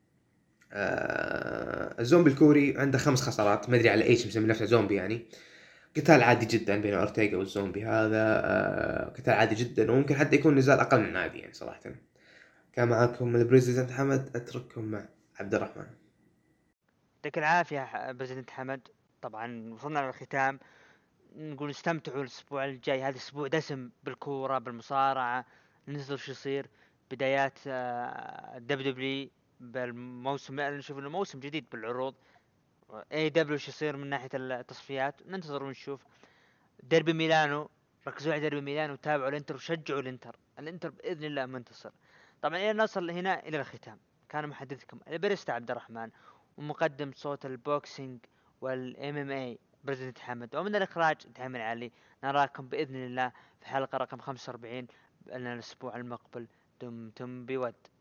الزومبي الكوري عنده 5 خسارات، ما ادري على ايش مسمي نفسه زومبي يعني. قتال عادي جدا بين أورتيغا والزومبي هذا. قتال عادي جدا، وممكن حتى يكون نزال اقل من عادي يعني صراحة. كان معكم البريزيدنت حمد، اترككم مع عبد الرحمن. يعطيك العافية بريزيدنت حمد. طبعا وصلنا للختام، نقول استمتعوا الاسبوع الجاي. هذا اسبوع دسم بالكورة بالمصارعة، ننتظر شو يصير. بدايات دبليو بالموسم، نشوف انه موسم جديد بالعروض. اي دبليو شو يصير من ناحية التصفيات، ننتظر ونشوف. ديربي ميلانو، ركزوا على ديربي ميلانو، وتابعوا الانتر وشجعوا الانتر باذن الله منتصر. طبعا الى نصل هنا الى الختام، كان محدثكم البريستا عبد الرحمن، ومقدم صوت البوكسينج والام ام اي بريزنت حمد، ومن الاخراج دحيم علي. نراكم باذن الله في حلقه رقم 45 الاسبوع المقبل. دمتم بود.